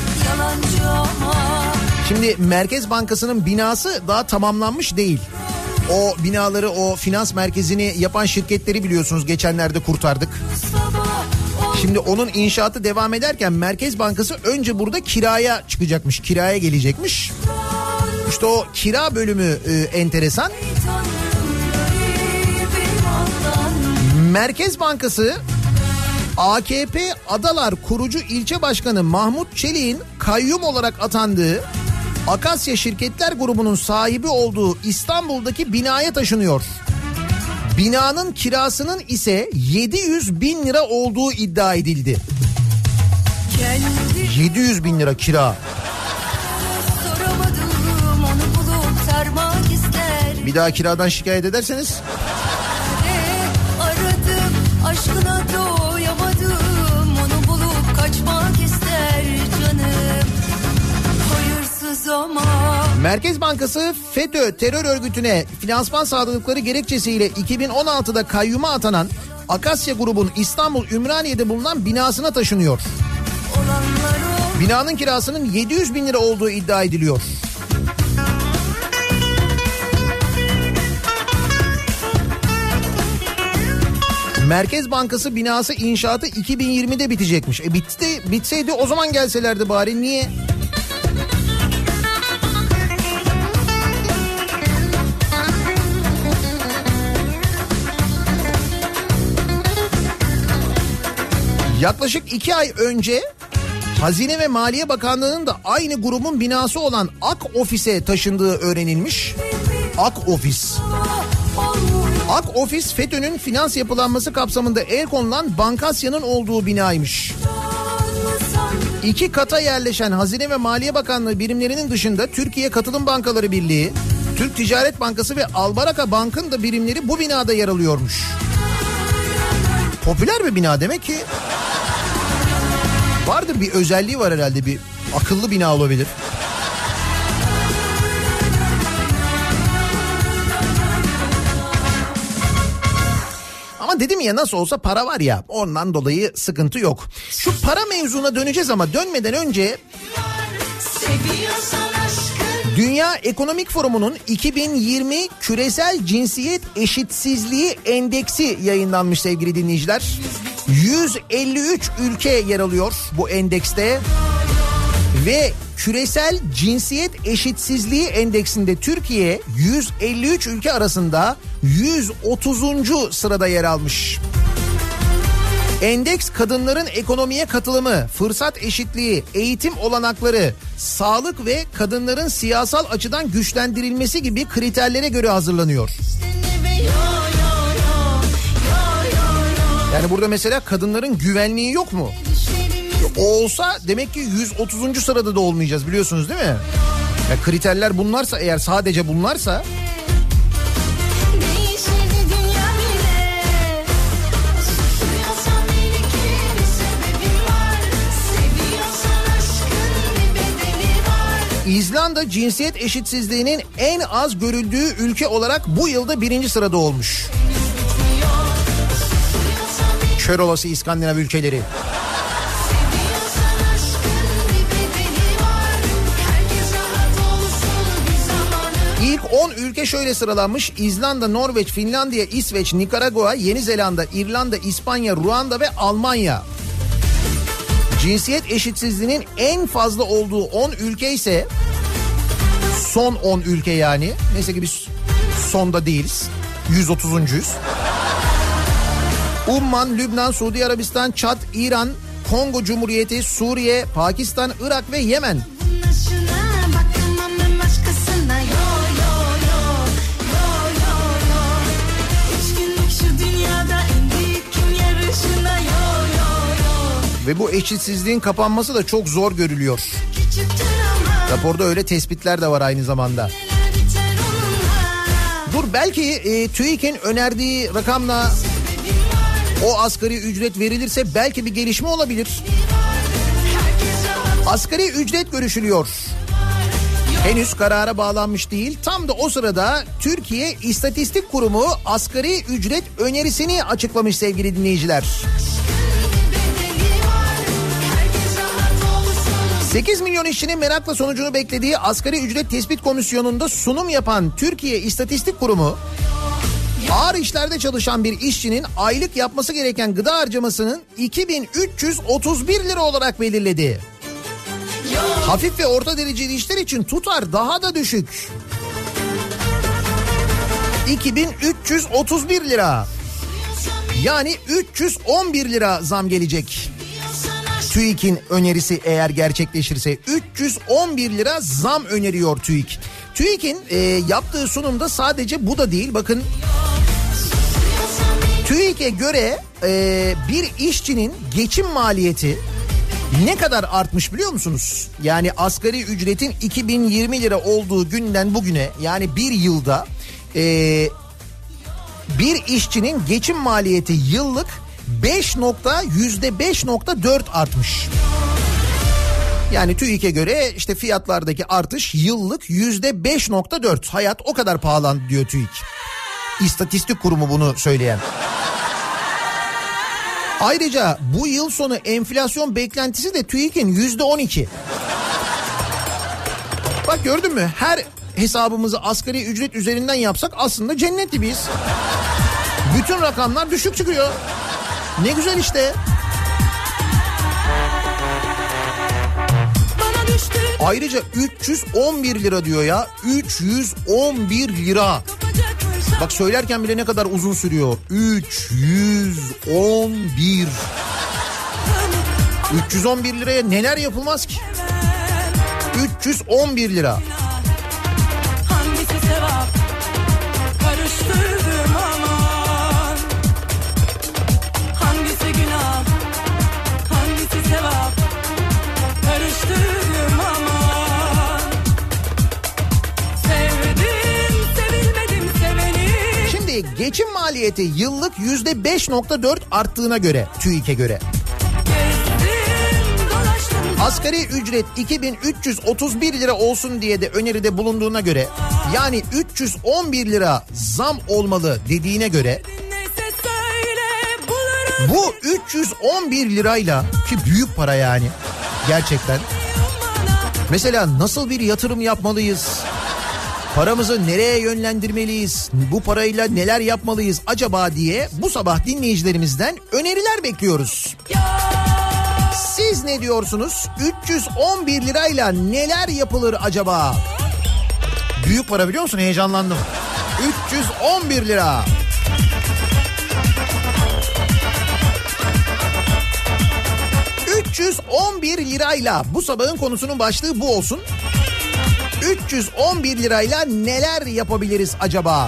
Şimdi Merkez Bankası'nın binası daha tamamlanmış değil. O binaları, o finans merkezini yapan şirketleri biliyorsunuz geçenlerde kurtardık. Şimdi onun inşaatı devam ederken Merkez Bankası önce burada kiraya çıkacakmış, kiraya gelecekmiş. İşte o kira bölümü e, enteresan. Merkez Bankası A K P Adalar kurucu ilçe başkanı Mahmut Çelik'in kayyum olarak atandığı Akasya Şirketler Grubu'nun sahibi olduğu İstanbul'daki binaya taşınıyor. Binanın kirasının ise yedi yüz bin lira olduğu iddia edildi. yedi yüz bin lira kira. Bir daha kiradan şikayet ederseniz Aşkına doyamadım, onu bulup kaçmak ister canım. Hayırsız ama. Merkez Bankası FETÖ terör örgütüne finansman sağladıkları gerekçesiyle iki bin on altıda kayyuma atanan Akasya grubun İstanbul Ümraniye'de bulunan binasına taşınıyor. Binanın kirasının yedi yüz bin lira olduğu iddia ediliyor. Merkez Bankası binası inşaatı iki bin yirmide bitecekmiş. E bitti, bitseydi o zaman gelselerdi bari, niye? Yaklaşık iki ay önce Hazine ve Maliye Bakanlığı'nın da aynı grubun binası olan Ak Ofis'e taşındığı öğrenilmiş. Ak Ofis. Ak Ofis FETÖ'nün finans yapılanması kapsamında el konulan Bankasya'nın olduğu binaymış. İki kata yerleşen Hazine ve Maliye Bakanlığı birimlerinin dışında Türkiye Katılım Bankaları Birliği, Türk Ticaret Bankası ve Albaraka Bank'ın da birimleri bu binada yer alıyormuş. Popüler bir bina demek ki. Vardır, bir özelliği var herhalde, bir akıllı bina olabilir. Ama dedim ya, nasıl olsa para var ya, ondan dolayı sıkıntı yok. Şu para mevzuna döneceğiz ama dönmeden önce Dünya Ekonomik Forumu'nun iki bin yirmi Küresel Cinsiyet Eşitsizliği Endeksi yayınlanmış sevgili dinleyiciler. yüz elli üç ülke yer alıyor bu endekste ve Küresel Cinsiyet Eşitsizliği Endeksinde Türkiye yüz elli üç ülke arasında yüz otuzuncu sırada yer almış. Endeks kadınların ekonomiye katılımı, fırsat eşitliği, eğitim olanakları, sağlık ve kadınların siyasal açıdan güçlendirilmesi gibi kriterlere göre hazırlanıyor. Yani burada mesela kadınların güvenliği yok mu? O olsa demek ki yüz otuzuncu sırada da olmayacağız, biliyorsunuz değil mi? Ya kriterler bunlarsa, eğer sadece bunlarsa... İzlanda cinsiyet eşitsizliğinin en az görüldüğü ülke olarak bu yılda birinci sırada olmuş. Kör olası İskandinav ülkeleri. İlk on ülke şöyle sıralanmış: İzlanda, Norveç, Finlandiya, İsveç, Nikaragua, Yeni Zelanda, İrlanda, İspanya, Ruanda ve Almanya. Cinsiyet eşitsizliğinin en fazla olduğu on ülke ise son on ülke yani. Neyse ki biz sonda değiliz. yüz otuzuncuyuz. Umman, Lübnan, Suudi Arabistan, Çad, İran, Kongo Cumhuriyeti, Suriye, Pakistan, Irak ve Yemen. Ve bu eşitsizliğin kapanması da çok zor görülüyor. Raporda öyle tespitler de var aynı zamanda. Dur, belki e, TÜİK'in önerdiği rakamla o asgari ücret verilirse belki bir gelişme olabilir. Asgari ücret görüşülüyor. Henüz karara bağlanmış değil. Tam da o sırada Türkiye İstatistik Kurumu asgari ücret önerisini açıklamış sevgili dinleyiciler. sekiz milyon işçinin merakla sonucunu beklediği Asgari Ücret Tespit Komisyonu'nda sunum yapan Türkiye İstatistik Kurumu, ağır işlerde çalışan bir işçinin aylık yapması gereken gıda harcamasının iki bin üç yüz otuz bir lira olarak belirledi. Hafif ve orta dereceli işler için tutar daha da düşük. iki bin üç yüz otuz bir lira. Yani üç yüz on bir lira zam gelecek. TÜİK'in önerisi eğer gerçekleşirse üç yüz on bir lira zam öneriyor TÜİK. TÜİK'in e, yaptığı sunumda sadece bu da değil. Bakın, TÜİK'e göre e, bir işçinin geçim maliyeti ne kadar artmış biliyor musunuz? Yani asgari ücretin iki bin yirmi lira olduğu günden bugüne, yani bir yılda e, bir işçinin geçim maliyeti yıllık beş nokta yüzde beş nokta dört artmış. Yani TÜİK'e göre işte fiyatlardaki artış yıllık yüzde beş nokta dört. Hayat o kadar pahalandı diyor TÜİK. İstatistik Kurumu bunu söyleyen. Ayrıca bu yıl sonu enflasyon beklentisi de TÜİK'in yüzde on iki. Bak gördün mü? Her hesabımızı asgari ücret üzerinden yapsak aslında cennet gibiyiz. Bütün rakamlar düşük çıkıyor. Ne güzel işte. Ayrıca üç yüz on bir lira diyor ya. üç yüz on bir lira. Bak söylerken bile ne kadar uzun sürüyor. üç yüz on bir. üç yüz on bir liraya neler yapılmaz ki? üç yüz on bir lira. Hangisi sevap? Karıştırdım aman. Hangisi günah? Hangisi sevap? Karıştırdım aman. Sevdim, sevilmedim seveni. Şimdi geçim maliyeti yıllık yüzde beş nokta dört arttığına göre, TÜİK'e göre. Asgari ücret iki bin üç yüz otuz bir lira olsun diye de öneride bulunduğuna göre, yani üç yüz on bir lira zam olmalı dediğine göre, bu üç yüz on bir lirayla, ki büyük para yani gerçekten, mesela nasıl bir yatırım yapmalıyız? Paramızı nereye yönlendirmeliyiz? Bu parayla neler yapmalıyız acaba diye bu sabah dinleyicilerimizden öneriler bekliyoruz. Siz ne diyorsunuz? üç yüz on bir lirayla neler yapılır acaba? Büyük para biliyor musun? Heyecanlandım. üç yüz on bir lira. üç yüz on bir lirayla bu sabahın konusunun başlığı bu olsun. üç yüz on bir lirayla neler yapabiliriz acaba?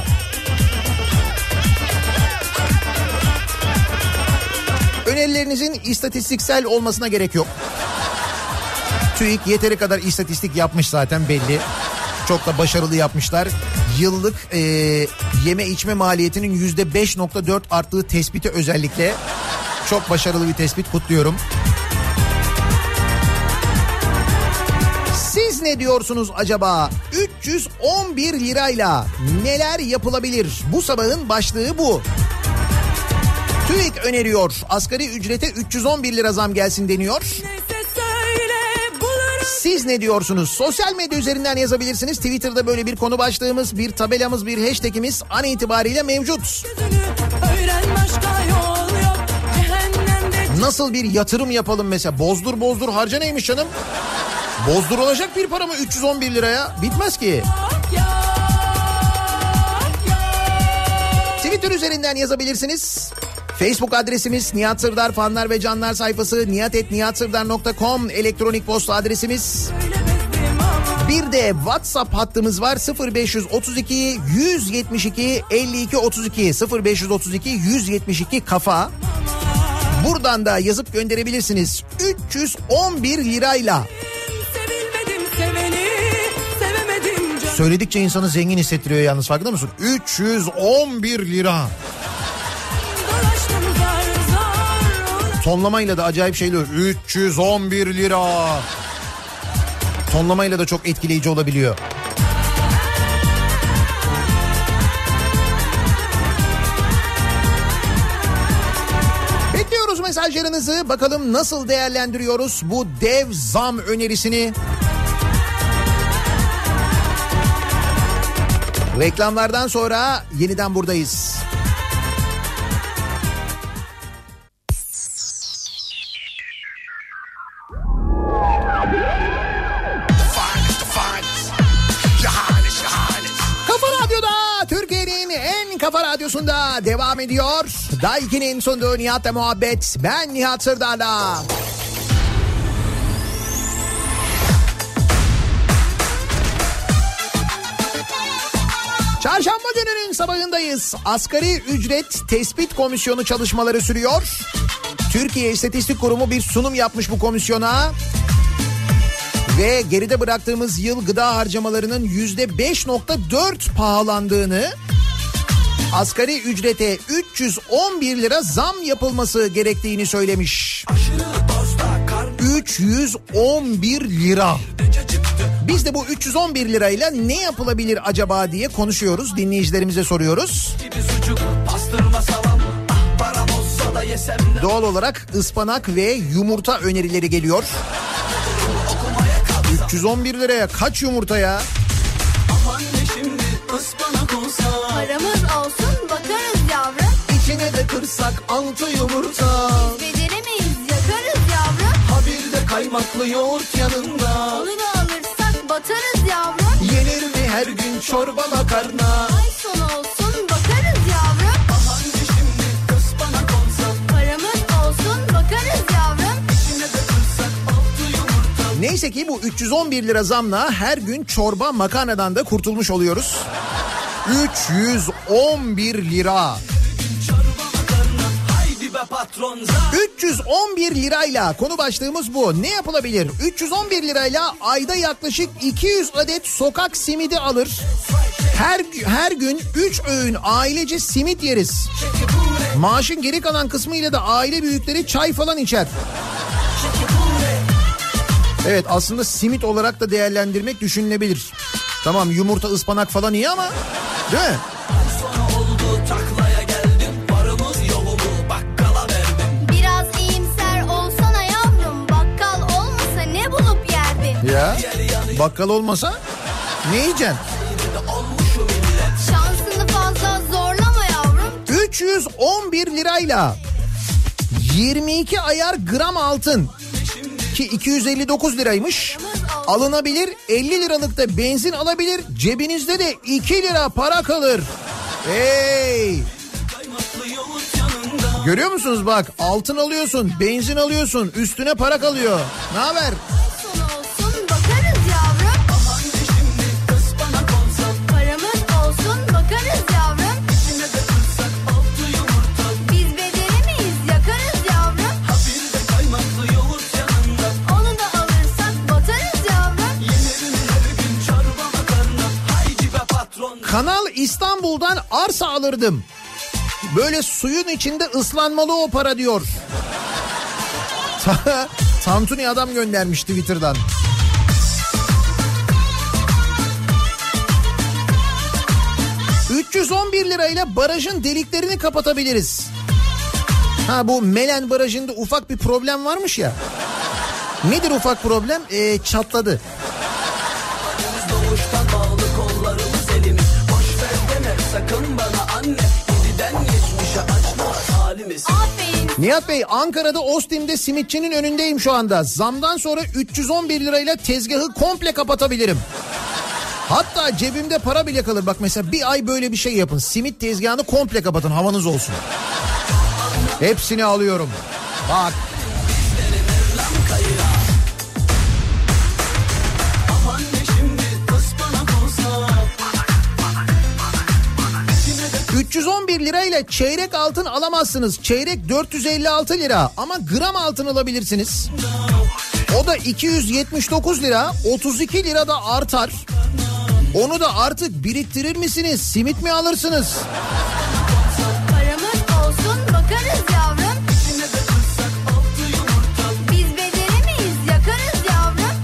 Önerilerinizin istatistiksel olmasına gerek yok. TÜİK yeteri kadar istatistik yapmış zaten belli. Çok da başarılı yapmışlar. Yıllık e, yeme içme maliyetinin yüzde beş nokta dört arttığı tespiti özellikle çok başarılı bir tespit, kutluyorum. Siz ne diyorsunuz acaba? üç yüz on bir lirayla neler yapılabilir? Bu sabahın başlığı bu. TÜİK öneriyor. Asgari ücrete üç yüz on bir lira zam gelsin deniyor. Siz ne diyorsunuz? Sosyal medya üzerinden yazabilirsiniz. Twitter'da böyle bir konu başlığımız, bir tabelamız, bir hashtagimiz an itibariyle mevcut. Nasıl bir yatırım yapalım mesela? Bozdur bozdur harca neymiş canım? Bozdur olacak bir para mı üç yüz on bir liraya? Bitmez ki. Twitter üzerinden yazabilirsiniz. Facebook adresimiz Nihat Sırdar, fanlar ve canlar sayfası nihat et nihat sırdar nokta com, elektronik posta adresimiz. Bir de WhatsApp hattımız var, sıfır beş otuz iki yüz yetmiş iki elli iki otuz iki, sıfır beş otuz iki yüz yetmiş iki kafa. Buradan da yazıp gönderebilirsiniz. üç yüz on bir lirayla. Söyledikçe insanı zengin hissettiriyor yalnız, farkında mısın? üç yüz on bir lira. Tonlamayla da acayip şeyler. üç yüz on bir lira. Tonlamayla da çok etkileyici olabiliyor. Bekliyoruz mesajlarınızı. Bakalım nasıl değerlendiriyoruz bu dev zam önerisini. Reklamlardan sonra yeniden buradayız. Kafa Radyo'da, Türkiye'nin en kafa radyosunda devam ediyor. Daiki'nin sunduğu Nihat'la muhabbet. Ben Nihat Sırdar'la. Çarşamba gününün sabahındayız. Asgari ücret tespit komisyonu çalışmaları sürüyor. Türkiye İstatistik Kurumu bir sunum yapmış bu komisyona. Ve geride bıraktığımız yıl gıda harcamalarının yüzde beş nokta dört pahalandığını, asgari ücrete üç yüz on bir lira zam yapılması gerektiğini söylemiş. üç yüz on bir lira. Biz de bu üç yüz on bir lirayla ne yapılabilir acaba diye konuşuyoruz. Dinleyicilerimize soruyoruz. Doğal olarak ıspanak ve yumurta önerileri geliyor. üç yüz on bir liraya kaç yumurta ya? Paramız olsun bakarız yavrum. İçine de kırsak altı yumurta. Beceremeyiz yakarız yavrum. Ha bir de kaymaklı yoğurt yanında. Onu da alırsak batarız yavrum. Yenir mi her gün çorba makarna? Ay sonu olsun bakarız yavrum. Paramız olsun bakarız yavrum. Neyse ki bu üç yüz on bir lira zamla her gün çorba makarnadan da kurtulmuş oluyoruz. üç yüz on bir lira. üç yüz on bir lirayla konu başlığımız bu. Ne yapılabilir? üç yüz on bir lirayla ayda yaklaşık iki yüz adet sokak simidi alır. Her her gün üç öğün ailece simit yeriz. Maaşın geri kalan kısmıyla da aile büyükleri çay falan içer. Evet, aslında simit olarak da değerlendirmek düşünülebilir. Tamam, yumurta, ıspanak falan iyi ama değil mi? Biraz iyimser olsana yavrum. Bakkal olmasa ne bulup yerdin? Ya bakkal olmasa ne yiyeceksin? Şansını fazla zorlama yavrum. üç yüz on bir lirayla yirmi iki ayar gram altın ki iki yüz elli dokuz liraymış alınabilir. elli liralık da benzin alabilir. Cebinizde de iki lira para kalır. Hey! Görüyor musunuz bak, altın alıyorsun, benzin alıyorsun, üstüne para kalıyor. Ne haber? Sonu olsun bakarız yavrum. Paramız olsun bakarız yavrum. Biz beceremeyiz yakarız yavrum. Onu da alırsak batarız yavrum. Kanal İstanbul'dan arsa alırdım. Böyle suyun içinde ıslanmalı o para diyor. Tantuni adam göndermiş Twitter'dan. üç yüz on bir lirayla barajın deliklerini kapatabiliriz. Ha, bu Melen Barajı'nda ufak bir problem varmış ya. Nedir ufak problem? Ee, çatladı. Nihat Bey, Ankara'da Ostim'de simitçinin önündeyim şu anda. Zamdan sonra üç yüz on bir lirayla tezgahı komple kapatabilirim. Hatta cebimde para bile kalır. Bak mesela bir ay böyle bir şey yapın. Simit tezgahını komple kapatın, havanız olsun. Hepsini alıyorum. Bak. üç yüz on bir lirayla çeyrek altın alamazsınız. Çeyrek dört yüz elli altı lira ama gram altın alabilirsiniz. O da iki yüz yetmiş dokuz lira, otuz iki lira da artar. Onu da artık biriktirir misiniz? Simit mi alırsınız? Paramız olsun bakarız yavrum. Biz beceremeyiz yakarız yavrum.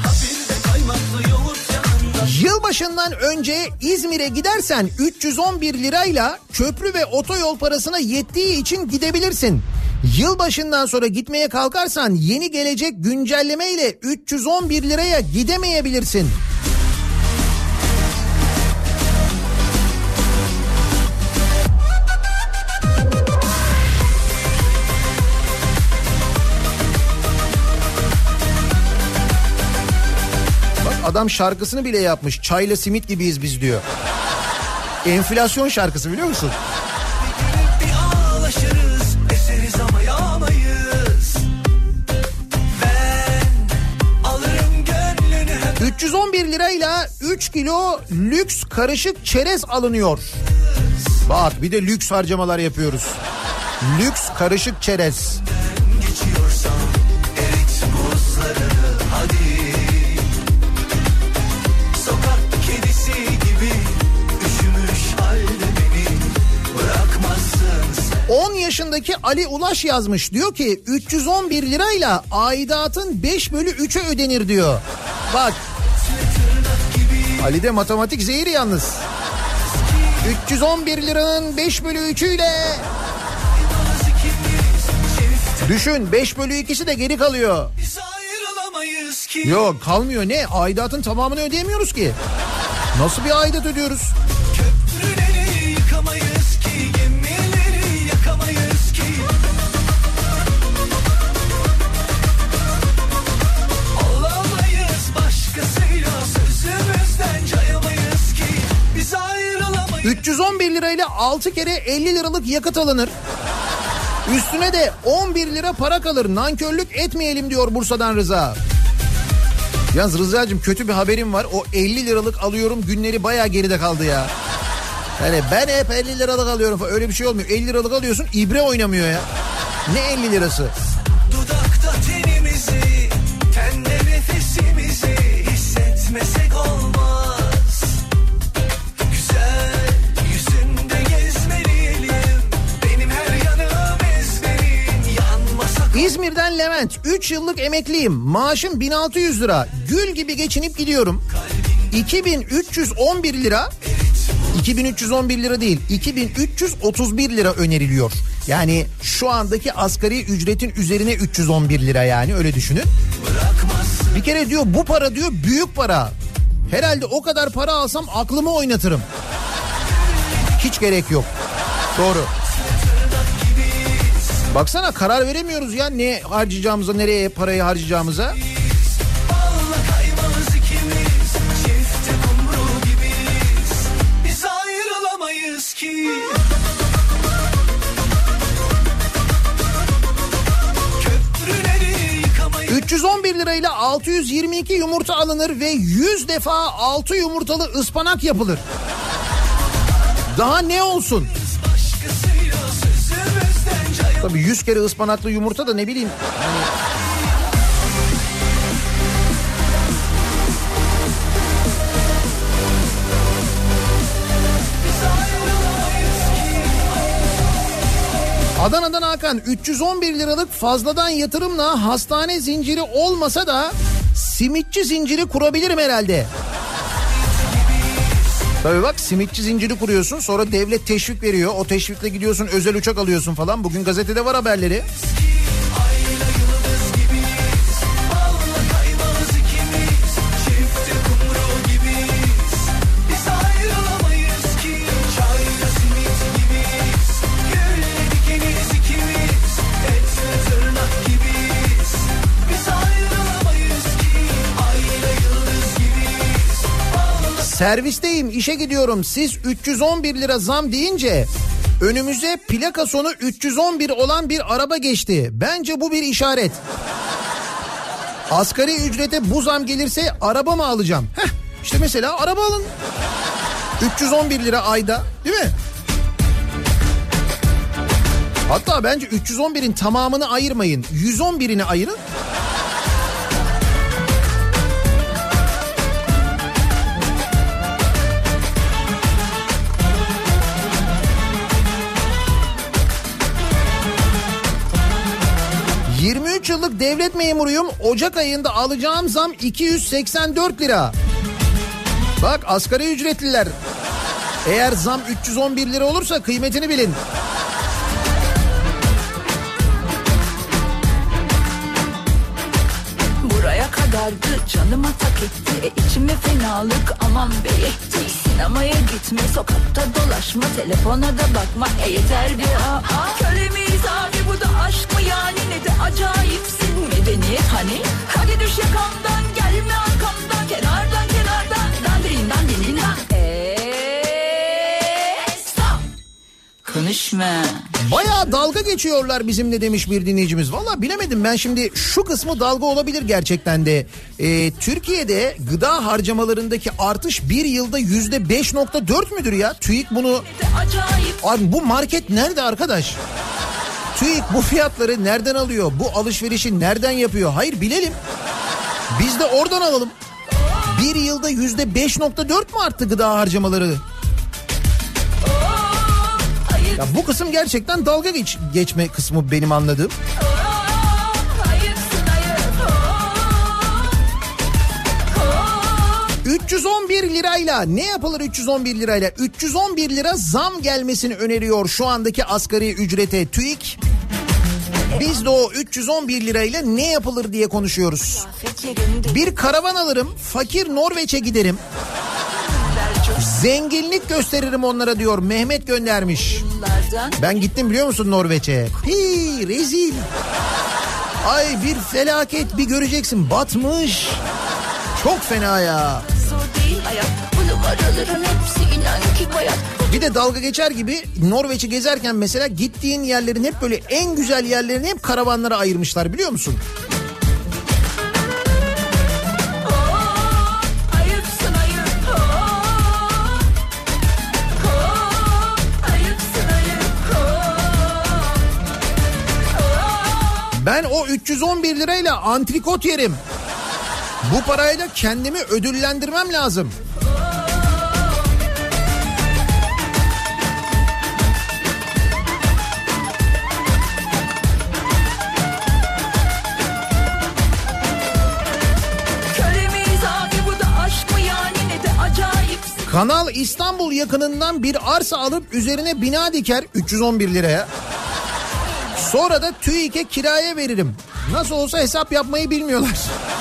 Yılbaşından önce İzmir'e gidersen üç yüz on bir lirayla köprü ve otoyol parasına yettiği için gidebilirsin. Yılbaşından sonra gitmeye kalkarsan yeni gelecek güncelleme ile üç yüz on bir liraya gidemeyebilirsin. Adam şarkısını bile yapmış. Çayla simit gibiyiz biz diyor. Enflasyon şarkısı, biliyor musun? Bir ağlaşırız, eseriz ama yağmayız. Ben alırım gönlünü hep. üç yüz on bir lirayla üç kilo lüks karışık çerez alınıyor. Bak, bir de lüks harcamalar yapıyoruz. Lüks karışık çerez. Geçiyorsam erit buzlarını hadi. Sokak kedisi gibi üşümüş halde beni yaşındaki Ali Ulaş yazmış. Diyor ki üç yüz on bir lirayla aidatın beş bölü üçü ödenir diyor. Bak. Ali de matematik zehir yalnız. üç yüz on bir liranın beş bölü üçüyle düşün, beş bölü ikisi de geri kalıyor. Biz ayrılamayız ki. Yok, kalmıyor, ne? Aidatın tamamını ödeyemiyoruz ki. Nasıl bir aidat ödüyoruz? Köprüleri yıkamayız ki, gemileri yakamayız ki. Olamayız başkasıyla, sözümüzden cayamayız ki. Biz ayrılamayız. üç yüz on bir lirayla altı kere elli liralık yakıt alınır. Üstüne de on bir lira para kalır. Nankörlük etmeyelim diyor Bursa'dan Rıza. Yalnız Rıza'cığım kötü bir haberim var. O elli liralık alıyorum günleri bayağı geride kaldı ya. Yani ben hep elli liralık alıyorum falan. Öyle bir şey olmuyor. elli liralık alıyorsun, ibre oynamıyor ya. Ne elli lirası? Dudakta tenimizi, tende nefesimizi hissetmesek olmaz. Güzel yüzünde gezmeliyim, benim her yanım ezberin, yanmasak. İzmir'den Levent. üç yıllık emekliyim. Maaşım bin altı yüz lira. Gül gibi geçinip gidiyorum. iki bin üç yüz on bir lira. iki bin üç yüz on bir lira değil, iki bin üç yüz otuz bir lira öneriliyor. Yani şu andaki asgari ücretin üzerine üç yüz on bir lira, yani öyle düşünün. Bir kere diyor bu para diyor büyük para. Herhalde o kadar para alsam aklımı oynatırım. Hiç gerek yok. Doğru. Baksana, karar veremiyoruz ya ne harcayacağımıza, nereye parayı harcayacağımıza. Balla kaymağız ikimiz, çifte kumru gibiyiz. Biz ayrılamayız ki. Köprüleri yıkamayız. üç yüz on bir lirayla altı yüz yirmi iki yumurta alınır ve yüz defa altı yumurtalı ıspanak yapılır. Daha ne olsun? Başkasıyla sözümüzden cayamayız. Tabii yüz kere ıspanaklı yumurta da ne bileyim. Yani... Adana'dan Hakan, üç yüz on bir liralık fazladan yatırımla hastane zinciri olmasa da simitçi zinciri kurabilirim herhalde. Tabii bak, simitçi zinciri kuruyorsun, sonra devlet teşvik veriyor. O teşvikle gidiyorsun, özel uçak alıyorsun falan. Bugün gazetede var haberleri. Ayla yıldız gibiyiz, balla kaymağız ikimiz, çifte kumru gibiyiz. Biz ayrılamayız ki, çayla simit gibiyiz, gülle dikeniz ikimiz, etle tırnak gibiyiz. Biz ayrılamayız ki, ayla yıldız gibiyiz, balla. Servisteyim, işe gidiyorum. Siz üç yüz on bir lira zam deyince önümüze plaka sonu üç yüz on bir olan bir araba geçti. Bence bu bir işaret. Asgari ücrete bu zam gelirse araba mı alacağım? Heh, işte mesela araba alın. üç yüz on bir lira ayda, değil mi? Hatta bence üç yüz on birin tamamını ayırmayın. yüz on birini ayırın. yirmi üç yıllık devlet memuruyum. Ocak ayında alacağım zam iki yüz seksen dört lira. Bak asgari ücretliler. Eğer zam üç yüz on bir lira olursa kıymetini bilin. Buraya kadardı, canıma tak etti, e içime fenalık aman be yetti. Sinemaya gitme, sokakta dolaşma, telefona da bakma, e yeter bir ha. Köle miyiz abi, bu da aşk mı yani, ne de acayipsin medeniyet hani. Hadi düş yakamdan, gelme arkamdan, kenardan kenardan, dandirinden dandirinden. Eee stop. Konuşma. Bayağı dalga geçiyorlar bizimle demiş bir dinleyicimiz. Valla bilemedim ben, şimdi şu kısmı dalga olabilir gerçekten de. Ee, Türkiye'de gıda harcamalarındaki artış bir yılda yüzde beş nokta dört müdür ya? TÜİK bunu... Abi bu market nerede arkadaş? TÜİK bu fiyatları nereden alıyor? Bu alışverişi nereden yapıyor? Hayır, bilelim. Biz de oradan alalım. Bir yılda yüzde beş nokta dört mü arttı gıda harcamaları? Ya bu kısım gerçekten dalga geç, geçme kısmı benim anladığım. Ayıpsın ayıp. üç yüz on bir lirayla ne yapılır üç yüz on bir lirayla? üç yüz on bir lira zam gelmesini öneriyor şu andaki asgari ücrete TÜİK. Biz de o üç yüz on bir lirayla ne yapılır diye konuşuyoruz. Bir karavan alırım, fakir Norveç'e giderim. Zenginlik gösteririm onlara diyor, Mehmet göndermiş. Ben gittim biliyor musun Norveç'e? Pi rezil. Ay bir felaket, bir göreceksin, batmış. Çok fena ya. Zor değil hayat. Bu numaraların hepsi inan ki bayat. Bir de dalga geçer gibi Norveç'i gezerken mesela gittiğin yerlerin hep böyle en güzel yerlerini hep karavanlara ayırmışlar biliyor musun? Ayıpsın ayıp. Ayıpsın ayıp. Ben o üç yüz on bir lirayla antrikot yerim. Bu parayla kendimi ödüllendirmem lazım. Kanal İstanbul yakınından bir arsa alıp üzerine bina diker üç yüz on bir liraya. Sonra da TÜİK'e kiraya veririm. Nasıl olsa hesap yapmayı bilmiyorlar.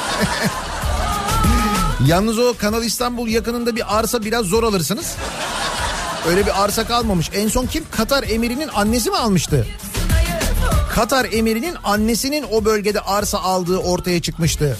Yalnız o Kanal İstanbul yakınında bir arsa biraz zor alırsınız. Öyle bir arsa kalmamış. En son kim? Katar emirinin annesi mi almıştı? Katar emirinin annesinin o bölgede arsa aldığı ortaya çıkmıştı.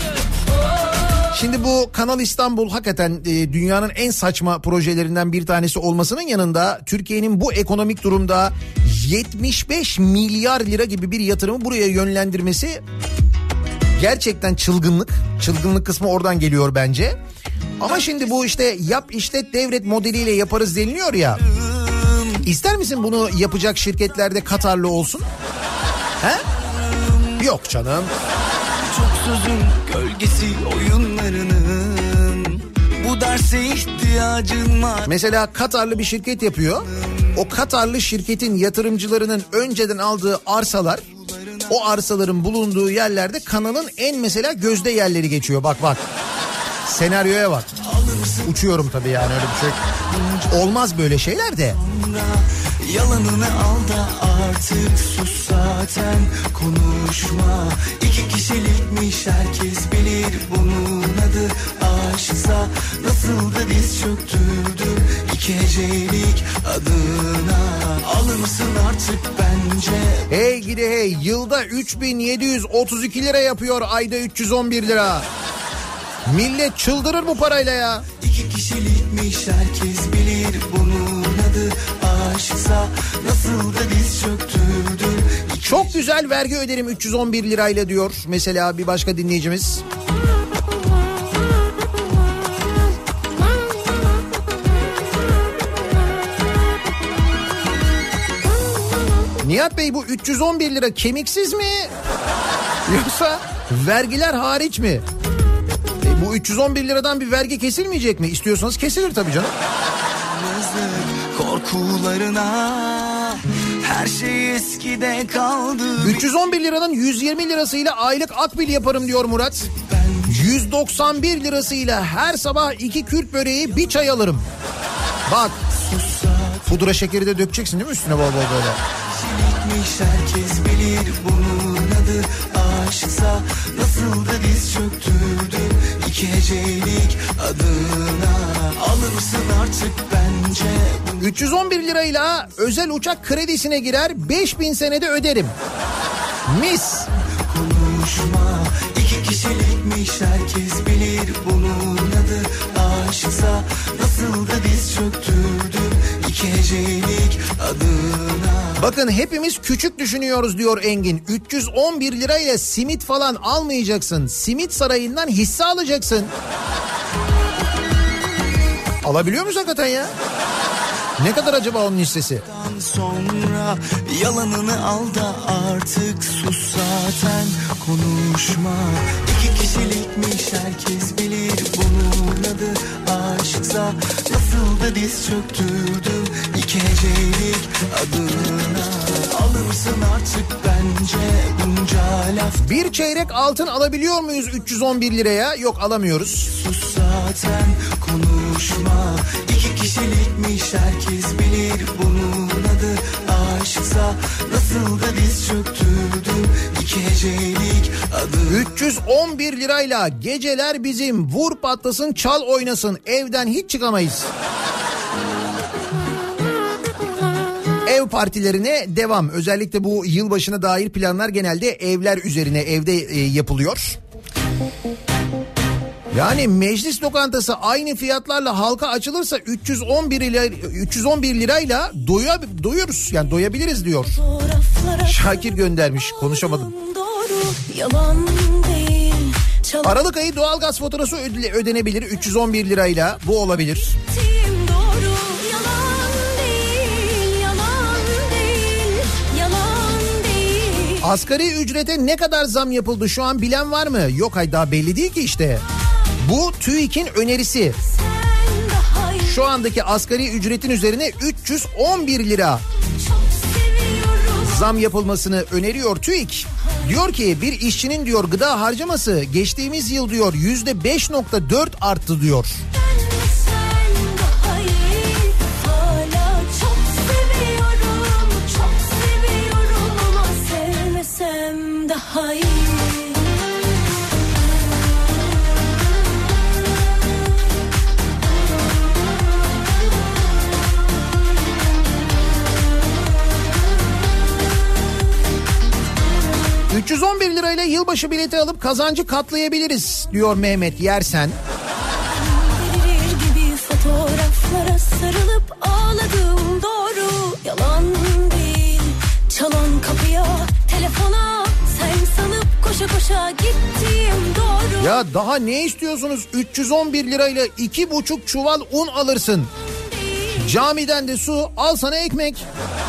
Şimdi bu Kanal İstanbul hakikaten e, dünyanın en saçma projelerinden bir tanesi olmasının yanında Türkiye'nin bu ekonomik durumda yetmiş beş milyar lira gibi bir yatırımı buraya yönlendirmesi gerçekten çılgınlık. Çılgınlık kısmı oradan geliyor bence. Ama şimdi bu işte yap işlet devret modeliyle yaparız deniliyor ya. İster misin bunu yapacak şirketlerde Katarlı olsun? He? Yok canım. Çok sözün gölgesi oyunlarının, bu derse ihtiyacın var. Mesela Katarlı bir şirket yapıyor. O Katarlı şirketin yatırımcılarının önceden aldığı arsalar, o arsaların bulunduğu yerlerde kanalın en mesela gözde yerleri geçiyor. Bak bak. Senaryoya bak. Uçuyorum tabii yani, öyle bir şey. Olmaz böyle şeyler de. Yalanını al da artık sus zaten, konuşma. İki kişilikmiş herkes bilir, bunun adı aşksa. Nasıl da diz çöktürdüm iki hecelik adına. Alır mısın artık bence? Hey gidi hey, yılda üç bin yedi yüz otuz iki lira yapıyor, ayda üç yüz on bir lira. Millet çıldırır bu parayla ya. İki kişilikmiş herkes bilir, bunun adı aşksa. Nasıl da diz çöktürdüm. Çok güzel vergi öderim üç yüz on bir lirayla diyor mesela bir başka dinleyicimiz. Nihat Bey, bu üç yüz on bir lira kemiksiz mi? Yoksa vergiler hariç mi? E bu üç yüz on bir liradan bir vergi kesilmeyecek mi? İstiyorsanız kesilir tabii canım. Korkularına her şey eskide kaldı. üç yüz on bir liranın yüz yirmi lirasıyla aylık akbil yaparım diyor Murat. yüz doksan bir lirasıyla her sabah iki Kürt böreği, bir çay alırım. Bak, pudra şekeri de dökeceksin değil mi üstüne bol bol böyle? Herkes bilir, bunun adı aşksa. Nasıl da diz çöktürdüm iki hecelik adına. Alır mısın artık bence? üç yüz on bir lirayla özel uçak kredisine girer, beş bin senede öderim. Mis. Konuşma, iki kişilikmiş herkes bilir, bunun adı aşksa. Nasıl da diz çöktürdüm iki hecelik adına. Bakın hepimiz küçük düşünüyoruz diyor Engin. üç yüz on bir lirayla simit falan almayacaksın. Simit sarayından hisse alacaksın. Alabiliyor musun hakikaten ya? Ne kadar acaba onun hissesi? Sonra yalanını al da artık sus zaten, konuşma. İki kişilikmiş herkes bilir, bunun adı aşksa. Nasıl da diz çöktürdüm iki iki hecelik adına. Alırsın artık bence bunca laf. Bir çeyrek altın alabiliyor muyuz üç yüz on bir liraya? Yok, alamıyoruz. Sus zaten konuşma. İki kişilikmiş herkes bilir bunun adı aşksa. Nasıl da diz çöktürdüm iki hecelik adı. üç yüz on bir lirayla geceler bizim, vur patlasın çal oynasın, evden hiç çıkamayız. Ev partilerine devam. Özellikle bu yılbaşına dair planlar genelde evler üzerine, evde e, yapılıyor. Yani meclis lokantası aynı fiyatlarla halka açılırsa üç yüz on bir lira, üç yüz on bir lirayla doya, doyuyoruz. Yani doyabiliriz diyor. Şakir göndermiş, konuşamadım. Yalan değil. Aralık ayı doğalgaz faturası öde, ödenebilir üç yüz on bir lirayla. Bu olabilir. Doğru. Yalan değil. Yalan değil. Yalan değil. Asgari ücrete ne kadar zam yapıldı şu an bilen var mı? Yok, hay daha belli değil ki işte. Bu TÜİK'in önerisi. Şu andaki asgari ücretin üzerine üç yüz on bir lira zam yapılmasını öneriyor TÜİK. Diyor ki bir işçinin diyor gıda harcaması geçtiğimiz yıl diyor yüzde beş nokta dört arttı diyor. Daha iyi. üç yüz on bir lirayla yılbaşı bileti alıp kazancı katlayabiliriz diyor Mehmet Yersen. Delirir gibi fotoğraflara sarılıp ağladım doğru. Yalan değil. Çalan kapıya, telefona sen sanıp koşa koşa gittim doğru. Ya daha ne istiyorsunuz? üç yüz on bir lirayla iki buçuk çuval un alırsın. Camiden de su, al sana ekmek.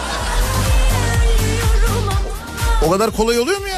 O kadar kolay oluyor mu ya?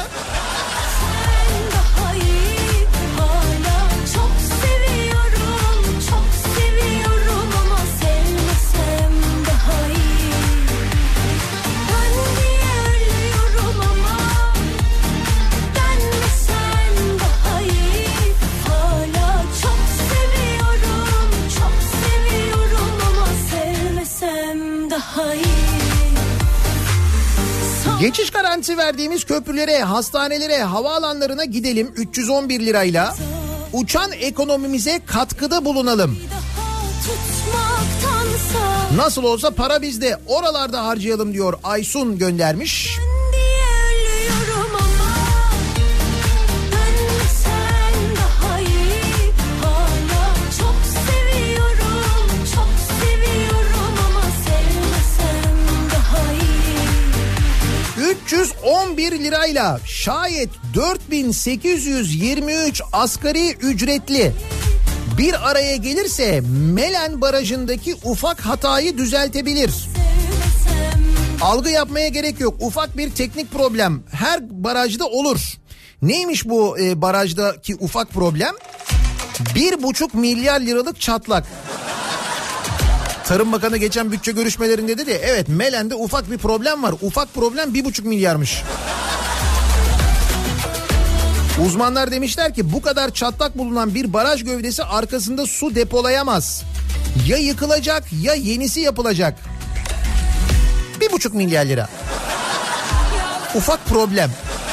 Geçiş garantisi verdiğimiz köprülere, hastanelere, havaalanlarına gidelim üç yüz on bir lirayla. Uçan ekonomimize katkıda bulunalım. Nasıl olsa para bizde, oralarda harcayalım diyor Aysun göndermiş. üç yüz on bir lirayla şayet dört bin sekiz yüz yirmi üç asgari ücretli bir araya gelirse Melen Barajı'ndaki ufak hatayı düzeltebilir. Algı yapmaya gerek yok. Ufak bir teknik problem her barajda olur. Neymiş bu e, barajdaki ufak problem? Bir buçuk milyar liralık çatlak. Tarım Bakanı geçen bütçe görüşmelerinde dedi, evet Melen'de ufak bir problem var. Ufak problem bir buçuk milyarmış. Uzmanlar demişler ki bu kadar çatlak bulunan bir baraj gövdesi arkasında su depolayamaz. Ya yıkılacak ya yenisi yapılacak. Bir buçuk milyar lira. Ufak problem.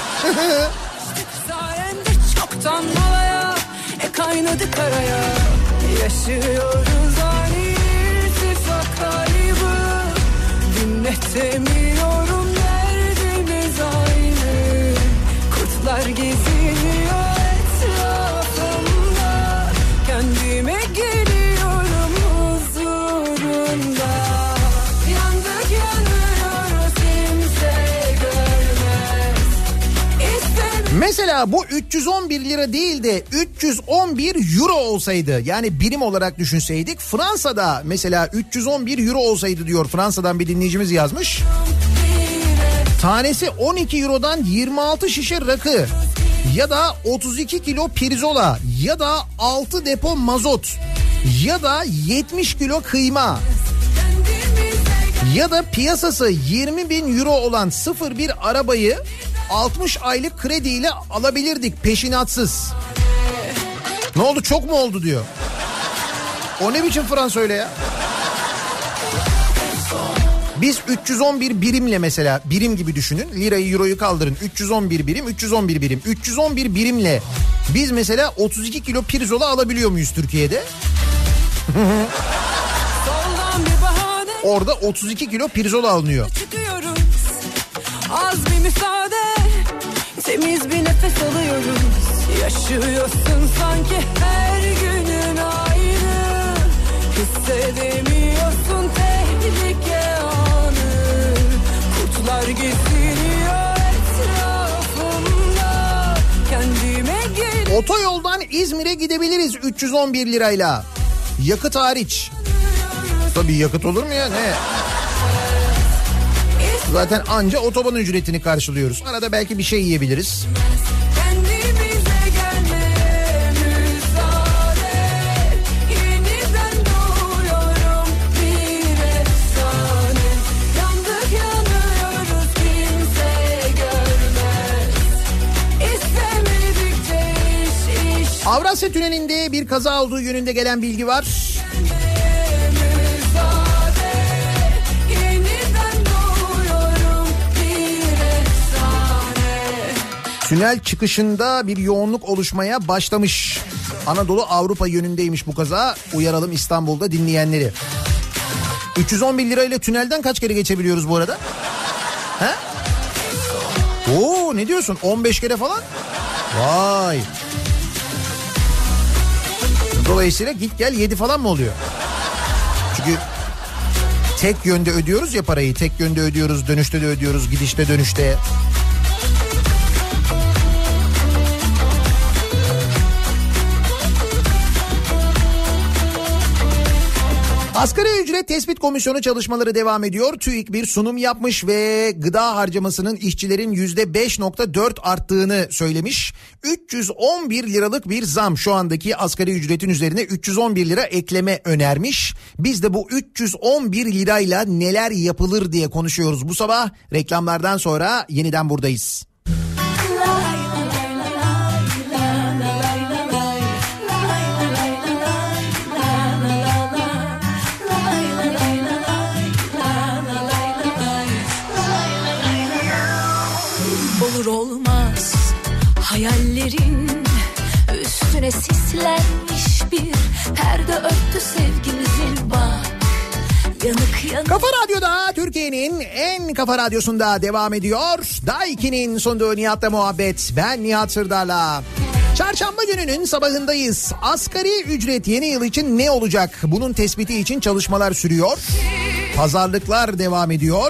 Sayende çoktan malaya, e kaynadı karaya. Yaşıyoruz ani irtifak kaybı. Dinletemiyorum derdimiz aynı. Kurtlar geziniyor etrafımda. Kendime geliyorum huzurunda. Yandık yanıyoruz kimse görmez. İstemem. Mesela bu üç yüz on bir lira değil de üç yüz on bir euro olsaydı, yani birim olarak düşünseydik, Fransa'da mesela üç yüz on bir euro olsaydı diyor, Fransa'dan bir dinleyicimiz yazmış. Tanesi on iki eurodan yirmi altı şişe rakı ya da otuz iki kilo pirzola ya da altı depo mazot ya da yetmiş kilo kıyma Ya da piyasası yirmi bin euro olan sıfır bir arabayı altmış aylık krediyle alabilirdik peşinatsız. Ne oldu, çok mu oldu diyor. O ne biçim Fransa öyle ya? Biz üç yüz on bir birimle mesela, birim gibi düşünün. Lirayı euroyu kaldırın. üç yüz on bir birim, üç yüz on bir birim. üç yüz on bir birimle biz mesela otuz iki kilo pirzola alabiliyor muyuz Türkiye'de? Orada otuz iki kilo pirzola alınıyor. Çıkıyoruz, az bir müsaade, temiz bir nefes alıyoruz. Yaşıyorsun sanki her günün ayrı. Hissedemiyorsun tehlike anı. Kurtlar geziniyor etrafımda. Kendime gel. Otoyoldan İzmir'e gidebiliriz üç yüz on bir lirayla. Yakıt hariç. Tabii yakıt olur mu ya, ne? Zaten anca otoban ücretini karşılıyoruz. Arada belki bir şey yiyebiliriz. Avrasya Tüneli'nde bir kaza olduğu yönünde gelen bilgi var. Tünel çıkışında bir yoğunluk oluşmaya başlamış. Anadolu Avrupa yönündeymiş bu kaza. Uyaralım İstanbul'da dinleyenleri. üç yüz on bir lirayla tünelden kaç kere geçebiliyoruz bu arada? He? Oo, ne diyorsun? on beş kere falan? Vay. Dolayısıyla git gel yedi falan mı oluyor? Çünkü tek yönde ödüyoruz ya parayı. Tek yönde ödüyoruz, dönüşte de ödüyoruz, gidişte dönüşte. Asgari ücret tespit komisyonu çalışmaları devam ediyor. TÜİK bir sunum yapmış ve gıda harcamasının işçilerin yüzde beş nokta dört arttığını söylemiş. üç yüz on bir liralık bir zam, şu andaki asgari ücretin üzerine üç yüz on bir lira ekleme önermiş. Biz de bu üç yüz on bir lirayla neler yapılır diye konuşuyoruz bu sabah. Reklamlardan sonra yeniden buradayız. Olmaz hayallerin üstüne sislenmiş bir perde örtü sevgimizin, bak yanık yanık. Kafa Radyo'da, Türkiye'nin en kafa radyosunda devam ediyor. Daiki'nin sunduğu Nihat'la muhabbet. Ben Nihat Sırdar'la. Çarşamba gününün sabahındayız. Asgari ücret yeni yıl için ne olacak? Bunun tespiti için çalışmalar sürüyor. Pazarlıklar devam ediyor.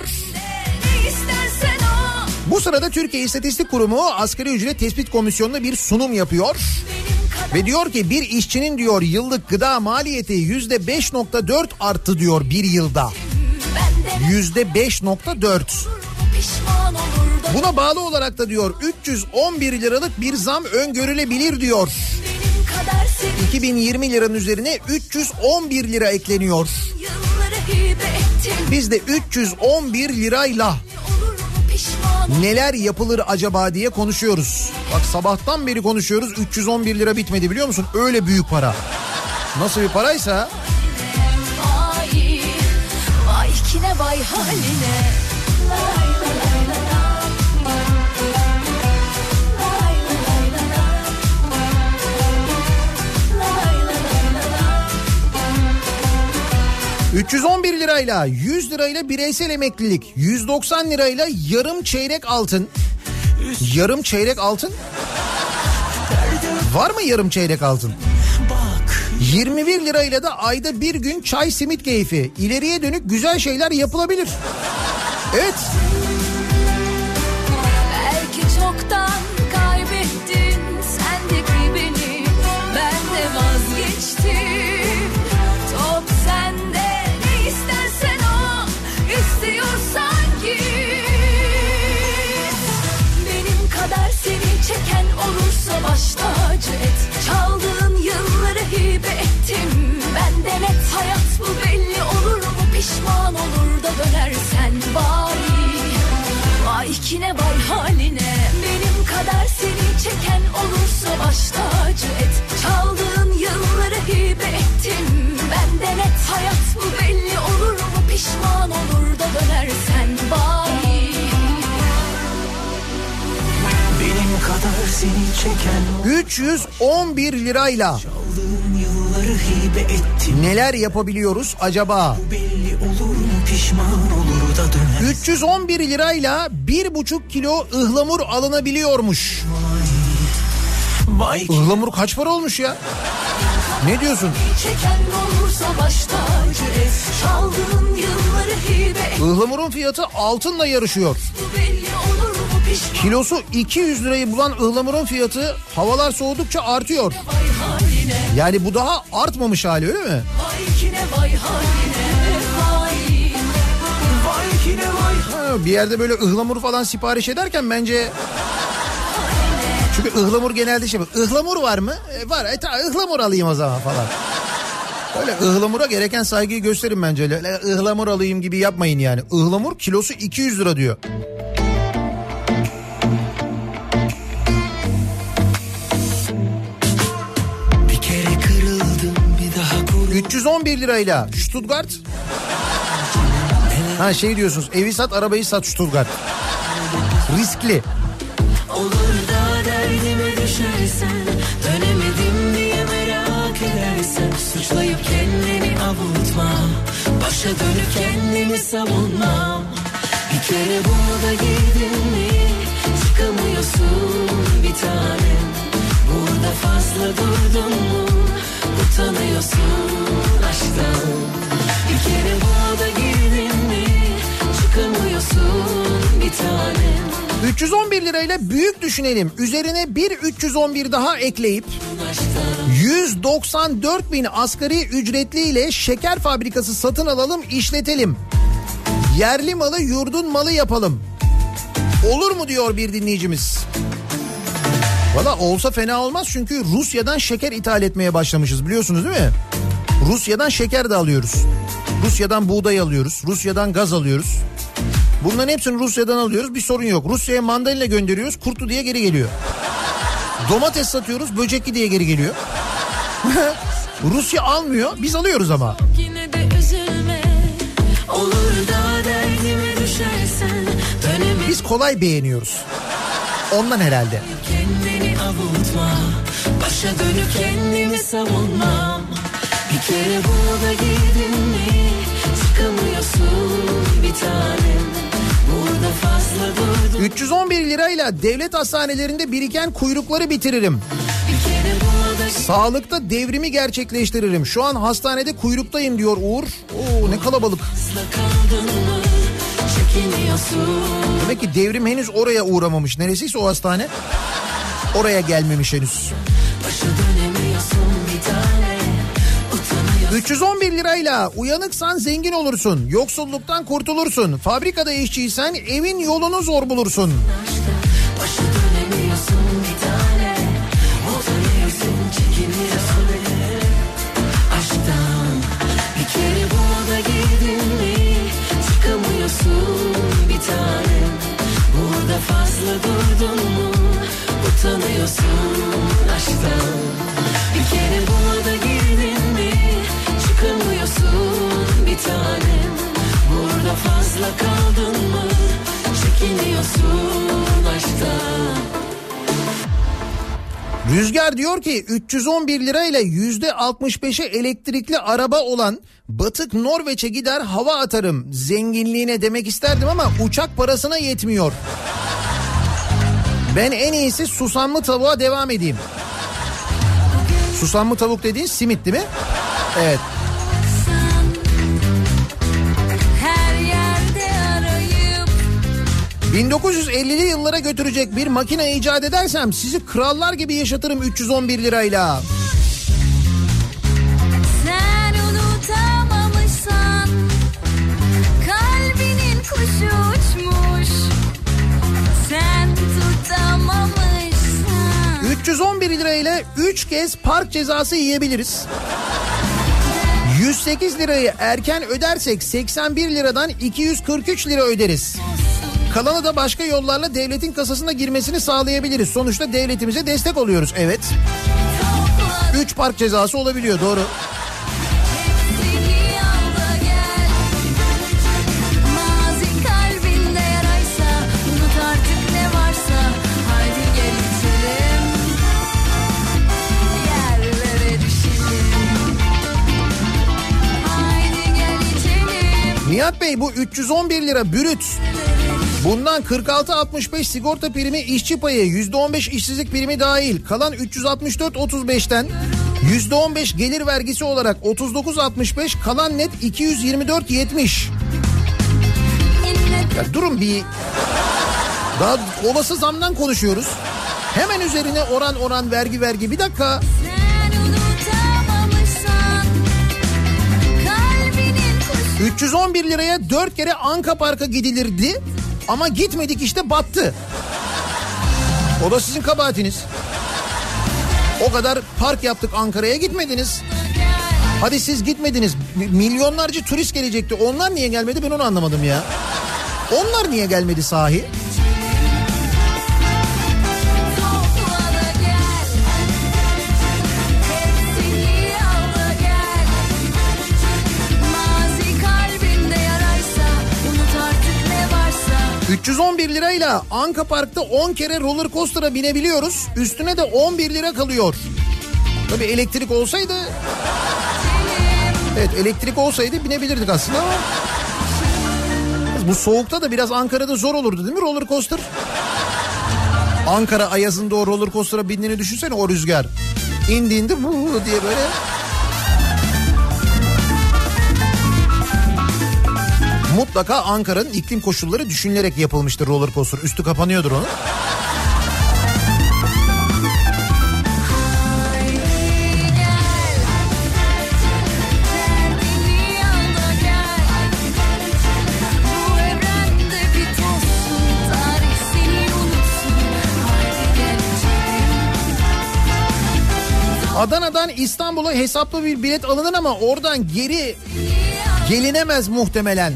Bu sırada Türkiye İstatistik Kurumu Asgari Ücret Tespit Komisyonu'na bir sunum yapıyor. Ve diyor ki bir işçinin diyor yıllık gıda maliyeti yüzde beş nokta dört arttı diyor bir yılda. yüzde beş nokta dört. Buna bağlı olarak da diyor üç yüz on bir liralık bir zam öngörülebilir diyor. iki bin yirmi liranın üzerine üç yüz on bir lira ekleniyor. Biz de üç yüz on bir lirayla neler yapılır acaba diye konuşuyoruz. Bak sabahtan beri konuşuyoruz. üç yüz on bir lira bitmedi, biliyor musun? Öyle büyük para. Nasıl bir paraysa. Vay, vay kine vay haline. Lay, lay, lay, lay. üç yüz on bir lirayla, yüz lirayla bireysel emeklilik, yüz doksan lirayla yarım çeyrek altın. Yarım çeyrek altın? Var mı yarım çeyrek altın? yirmi bir lirayla da ayda bir gün çay simit keyfi. İleriye dönük güzel şeyler yapılabilir. Evet. Belki çoktan kaybettin sen de beni, ben de vazgeçtim. Top sende, ne istersen o, istiyorsan git. Benim kadar seni çeken olursa baş tacı et. Çaldığın yılları hibe ettim ben de net. Hayat bu belli olur mu, pişman olur da dönersin. ikine vay haline. Benim kadar seni çeken olursa baş tacı et. Çaldığın yılları hibe ettim benden et. Hayat bu belli olur mu, pişman olur da dönersen vay. Benim kadar seni çeken üç yüz on bir lirayla çaldığın yılları hibe ettim. neler yapabiliyoruz acaba? Bu belli olur mu, pişman olur da döner. üç yüz on bir lirayla bir buçuk kilo ıhlamur alınabiliyormuş. Vay Ihlamur kaç para olmuş ya? Ne diyorsun? Çeken olursa baş tacı et. Çaldığın yılları hibe et. Ihlamurun fiyatı altınla yarışıyor. Bu belli olur mu, pişman Kilosu iki yüz lirayı bulan ıhlamurun fiyatı havalar soğudukça artıyor. vay haline. Yani bu daha artmamış hali, öyle mi? Vay kine vay haline. Vay. vay kine vay. Ha, bir yerde böyle ıhlamur falan sipariş ederken bence... Çünkü ıhlamur genelde şey... Ihlamur var mı? E, var. E tamam, ıhlamur alayım o zaman falan. Öyle ıhlamura gereken saygıyı gösterin bence. Öyle, öyle ıhlamur alayım gibi yapmayın yani. Ihlamur kilosu iki yüz lira diyor. Bir kere kırıldım, bir daha kur. üç yüz on bir lirayla Stuttgart. Ha şey diyorsunuz, evi sat arabayı sat Stuttgart. Riskli. Olur da derdime düşersen, dönemedim diye merak edersen, suçlayıp kendini avutma, başa dönüp kendimi savunmam. Bir kere bunu da giydin mi, çıkamıyorsun bir tanem. Burada fazla durdun mu, utanıyorsun aşktan. Bir kere bunu da giydin mi, çıkamıyorsun bir tanem. üç yüz on bir lirayla büyük düşünelim. Üzerine bir üç yüz on bir daha ekleyip yüz doksan dört bin asgari ücretliyle şeker fabrikası satın alalım, işletelim. Yerli malı yurdun malı yapalım. Olur mu diyor bir dinleyicimiz. Valla olsa fena olmaz, çünkü Rusya'dan şeker ithal etmeye başlamışız, biliyorsunuz değil mi? Rusya'dan şeker de alıyoruz. Rusya'dan buğday alıyoruz. Rusya'dan gaz alıyoruz. Bunların hepsini Rusya'dan alıyoruz, bir sorun yok. Rusya'ya mandalina gönderiyoruz, kurtlu diye geri geliyor. Domates satıyoruz, böcekli diye geri geliyor. Rusya almıyor, biz alıyoruz ama. Yine de üzülme, olur da derdime düşersen, dönemedim Biz kolay beğeniyoruz. Ondan herhalde. kendini avutma, başa dönüp kendimi savunmam. Bir kere bunu da giydin mi, çıkamıyorsun bir tanem. Burada fazla durdum. üç yüz on bir lirayla devlet hastanelerinde biriken kuyrukları bitiririm. Bir kere bunu da Sağlıkta devrimi gerçekleştiririm. Şu an hastanede kuyruktayım diyor Uğur. Oo, ne kalabalık. fazla kaldın mı, çekiniyorsun. Demek ki devrim henüz oraya uğramamış. Neresiyse o hastane oraya gelmemiş henüz. Başa dönemiyorsun bir tane, utanıyorsun. üç yüz on bir lirayla uyanıksan zengin olursun. Yoksulluktan kurtulursun. Fabrikada işçiysen evin yolunu zor bulursun. Başa dönemiyorsun bir tane, utanıyorsun, çekiniyorsun aşktan. Bir kere bunu da giydin mi, çıkamıyorsun bir tanem. Burada fazla durdun mu, utanıyorsun aşktan. Bir kere bunu da giydin mi, çıkamıyorsun bir tanem. Burada fazla kaldın mı, çekiniyorsun aşktan. Rüzgar diyor ki üç yüz on bir lirayla yüzde altmış beşe elektrikli araba olan batık Norveç'e gider hava atarım. Zenginliğine demek isterdim ama uçak parasına yetmiyor. Ben en iyisi susamlı tavuğa devam edeyim. Susamlı tavuk dediğin simit değil mi? Evet. Her yerde arayıp bin dokuz yüz ellili yıllara götürecek bir makine icat edersem sizi krallar gibi yaşatırım üç yüz on bir lirayla. sen unutamamışsan, kalbinin kuşu uçmuş, sen tutamamışsan. üç yüz on bir lirayla üç kez park cezası yiyebiliriz. yüz sekiz lirayı erken ödersek seksen bir liradan iki yüz kırk üç lira öderiz. kalanı da başka yollarla devletin kasasına girmesini sağlayabiliriz. Sonuçta devletimize destek oluyoruz. Evet. Üç park cezası olabiliyor, doğru. Nihat Bey, bu üç yüz on bir lira brüt. Bundan kırk altı altmış beş sigorta primi, işçi payı, yüzde on beş işsizlik primi dahil. Kalan üç yüz altmış dört otuz beşten yüzde on beş gelir vergisi olarak otuz dokuz altmış beş, kalan net iki yüz yirmi dört yetmiş. Ya durun bir, daha olası zamdan konuşuyoruz. Hemen üzerine oran oran vergi vergi, bir dakika. üç yüz on bir liraya dört kere Anka Park'a gidilirdi ama gitmedik işte, battı. O da sizin kabahatiniz. O kadar park yaptık, Ankara'ya gitmediniz. Hadi siz gitmediniz, milyonlarca turist gelecekti, onlar niye gelmedi ben onu anlamadım ya. Onlar niye gelmedi sahi? üç yüz on bir lirayla Anka Park'ta on kere roller coaster'a binebiliyoruz. Üstüne de on bir lira kalıyor. Tabii elektrik olsaydı... Evet, elektrik olsaydı binebilirdik aslında ama... Bu soğukta da biraz Ankara'da zor olurdu değil mi roller coaster? Ankara ayazında o roller coaster'a bindiğini düşünsene, o rüzgar. İndiğinde bu diye böyle... Mutlaka Ankara'nın iklim koşulları düşünülerek yapılmıştır roller coaster. Üstü kapanıyordur onun. Adana'dan İstanbul'a hesaplı bir bilet alınır ama oradan geri gelinemez muhtemelen.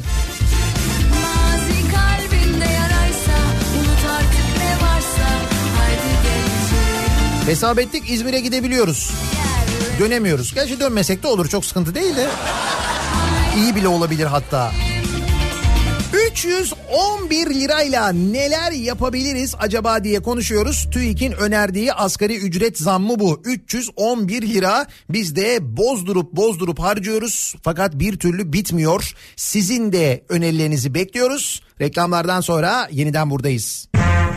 Hesap ettik, İzmir'e gidebiliyoruz. Dönemiyoruz. Gerçi dönmesek de olur, çok sıkıntı değil de. İyi bile olabilir hatta. üç yüz on bir lirayla neler yapabiliriz acaba diye konuşuyoruz. TÜİK'in önerdiği asgari ücret zammı bu. üç yüz on bir lira. Biz de bozdurup bozdurup harcıyoruz. Fakat bir türlü bitmiyor. Sizin de önerilerinizi bekliyoruz. Reklamlardan sonra yeniden buradayız.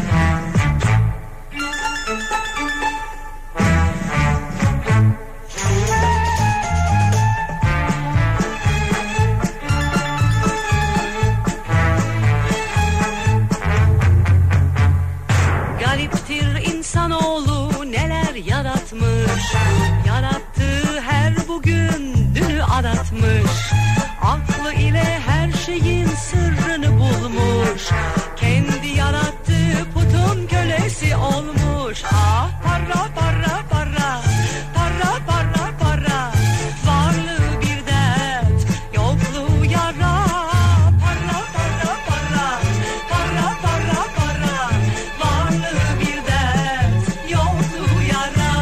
Yarattığı her bugün dünü aratmış. Aklı ile her şeyin sırrını bulmuş. Kendi yarattığı putun kölesi olmuş. Ah para para para, para para para. Varlığı bir dert, yokluğu yara. Para para para, para para para. Varlığı bir dert, yokluğu yara.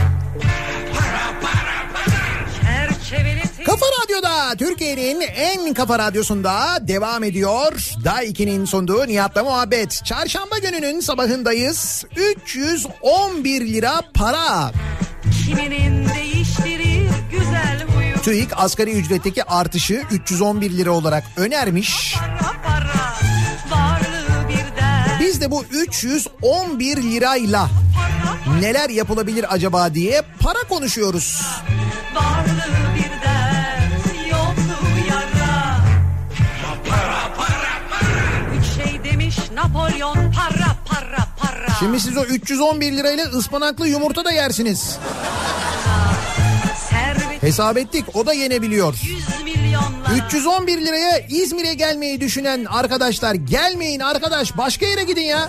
Kafa Radyo'da, Türkiye'nin en kafa radyosunda devam ediyor. Day iki'nin sunduğu Nihat'la Muhabbet. Çarşamba gününün sabahındayız. üç yüz on bir lira para. Kiminin değiştirir güzel huyu. TÜİK asgari ücretteki artışı üç yüz on bir lira olarak önermiş. Para para, varlığı bir dert. Biz de bu üç yüz on bir lirayla neler yapılabilir acaba diye para konuşuyoruz. Varlığı bir dert, yokluğu yara. Para para para. Üç şey demiş Napolyon, para para para. Şimdi siz o üç yüz on bir lirayla ıspanaklı yumurta da yersiniz. Servet Hesap ettik, o da yenebiliyor. yüz milyonlar. üç yüz on bir liraya İzmir'e gelmeyi düşünen arkadaşlar, gelmeyin arkadaş, başka yere gidin ya.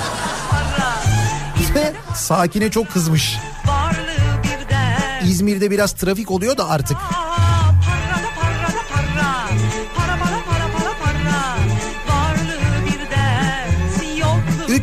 Para. Sakine çok kızmış. Varlığı bir dert. İzmir'de biraz trafik oluyor da artık. Para para para para. Para para para para para. Varlığı bir dert,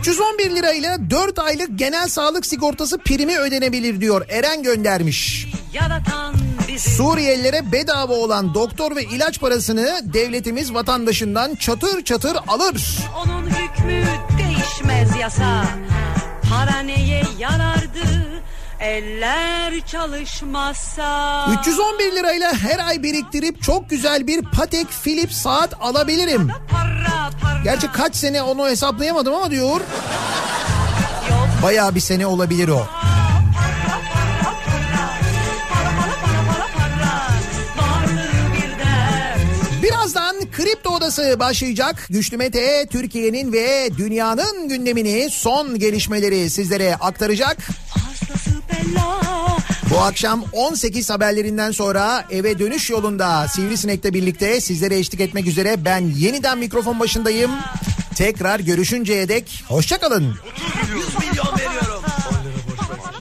üç yüz on bir lirayla dört aylık genel sağlık sigortası primi ödenebilir diyor. Eren göndermiş. Yaratan bizi. Suriyelilere bedava olan doktor ve ilaç parasını devletimiz vatandaşından çatır çatır alır. Onun hükmü değişmez yasa. Para neye yarardı? Eller çalışmazsa. üç yüz on bir lirayla her ay biriktirip çok güzel bir Patek Philippe saat alabilirim. Para, para. Gerçi kaç sene onu hesaplayamadım ama diyor. Bayağı bir sene olabilir o. Birazdan Kripto Odası başlayacak. Güçlü Mete Türkiye'nin ve dünyanın gündemini, son gelişmeleri sizlere aktaracak. Bu akşam on sekiz haberlerinden sonra eve dönüş yolunda Sivrisinek'le birlikte sizlere eşlik etmek üzere ben yeniden mikrofon başındayım. Tekrar görüşünceye dek hoşça kalın. yüz milyon veriyor.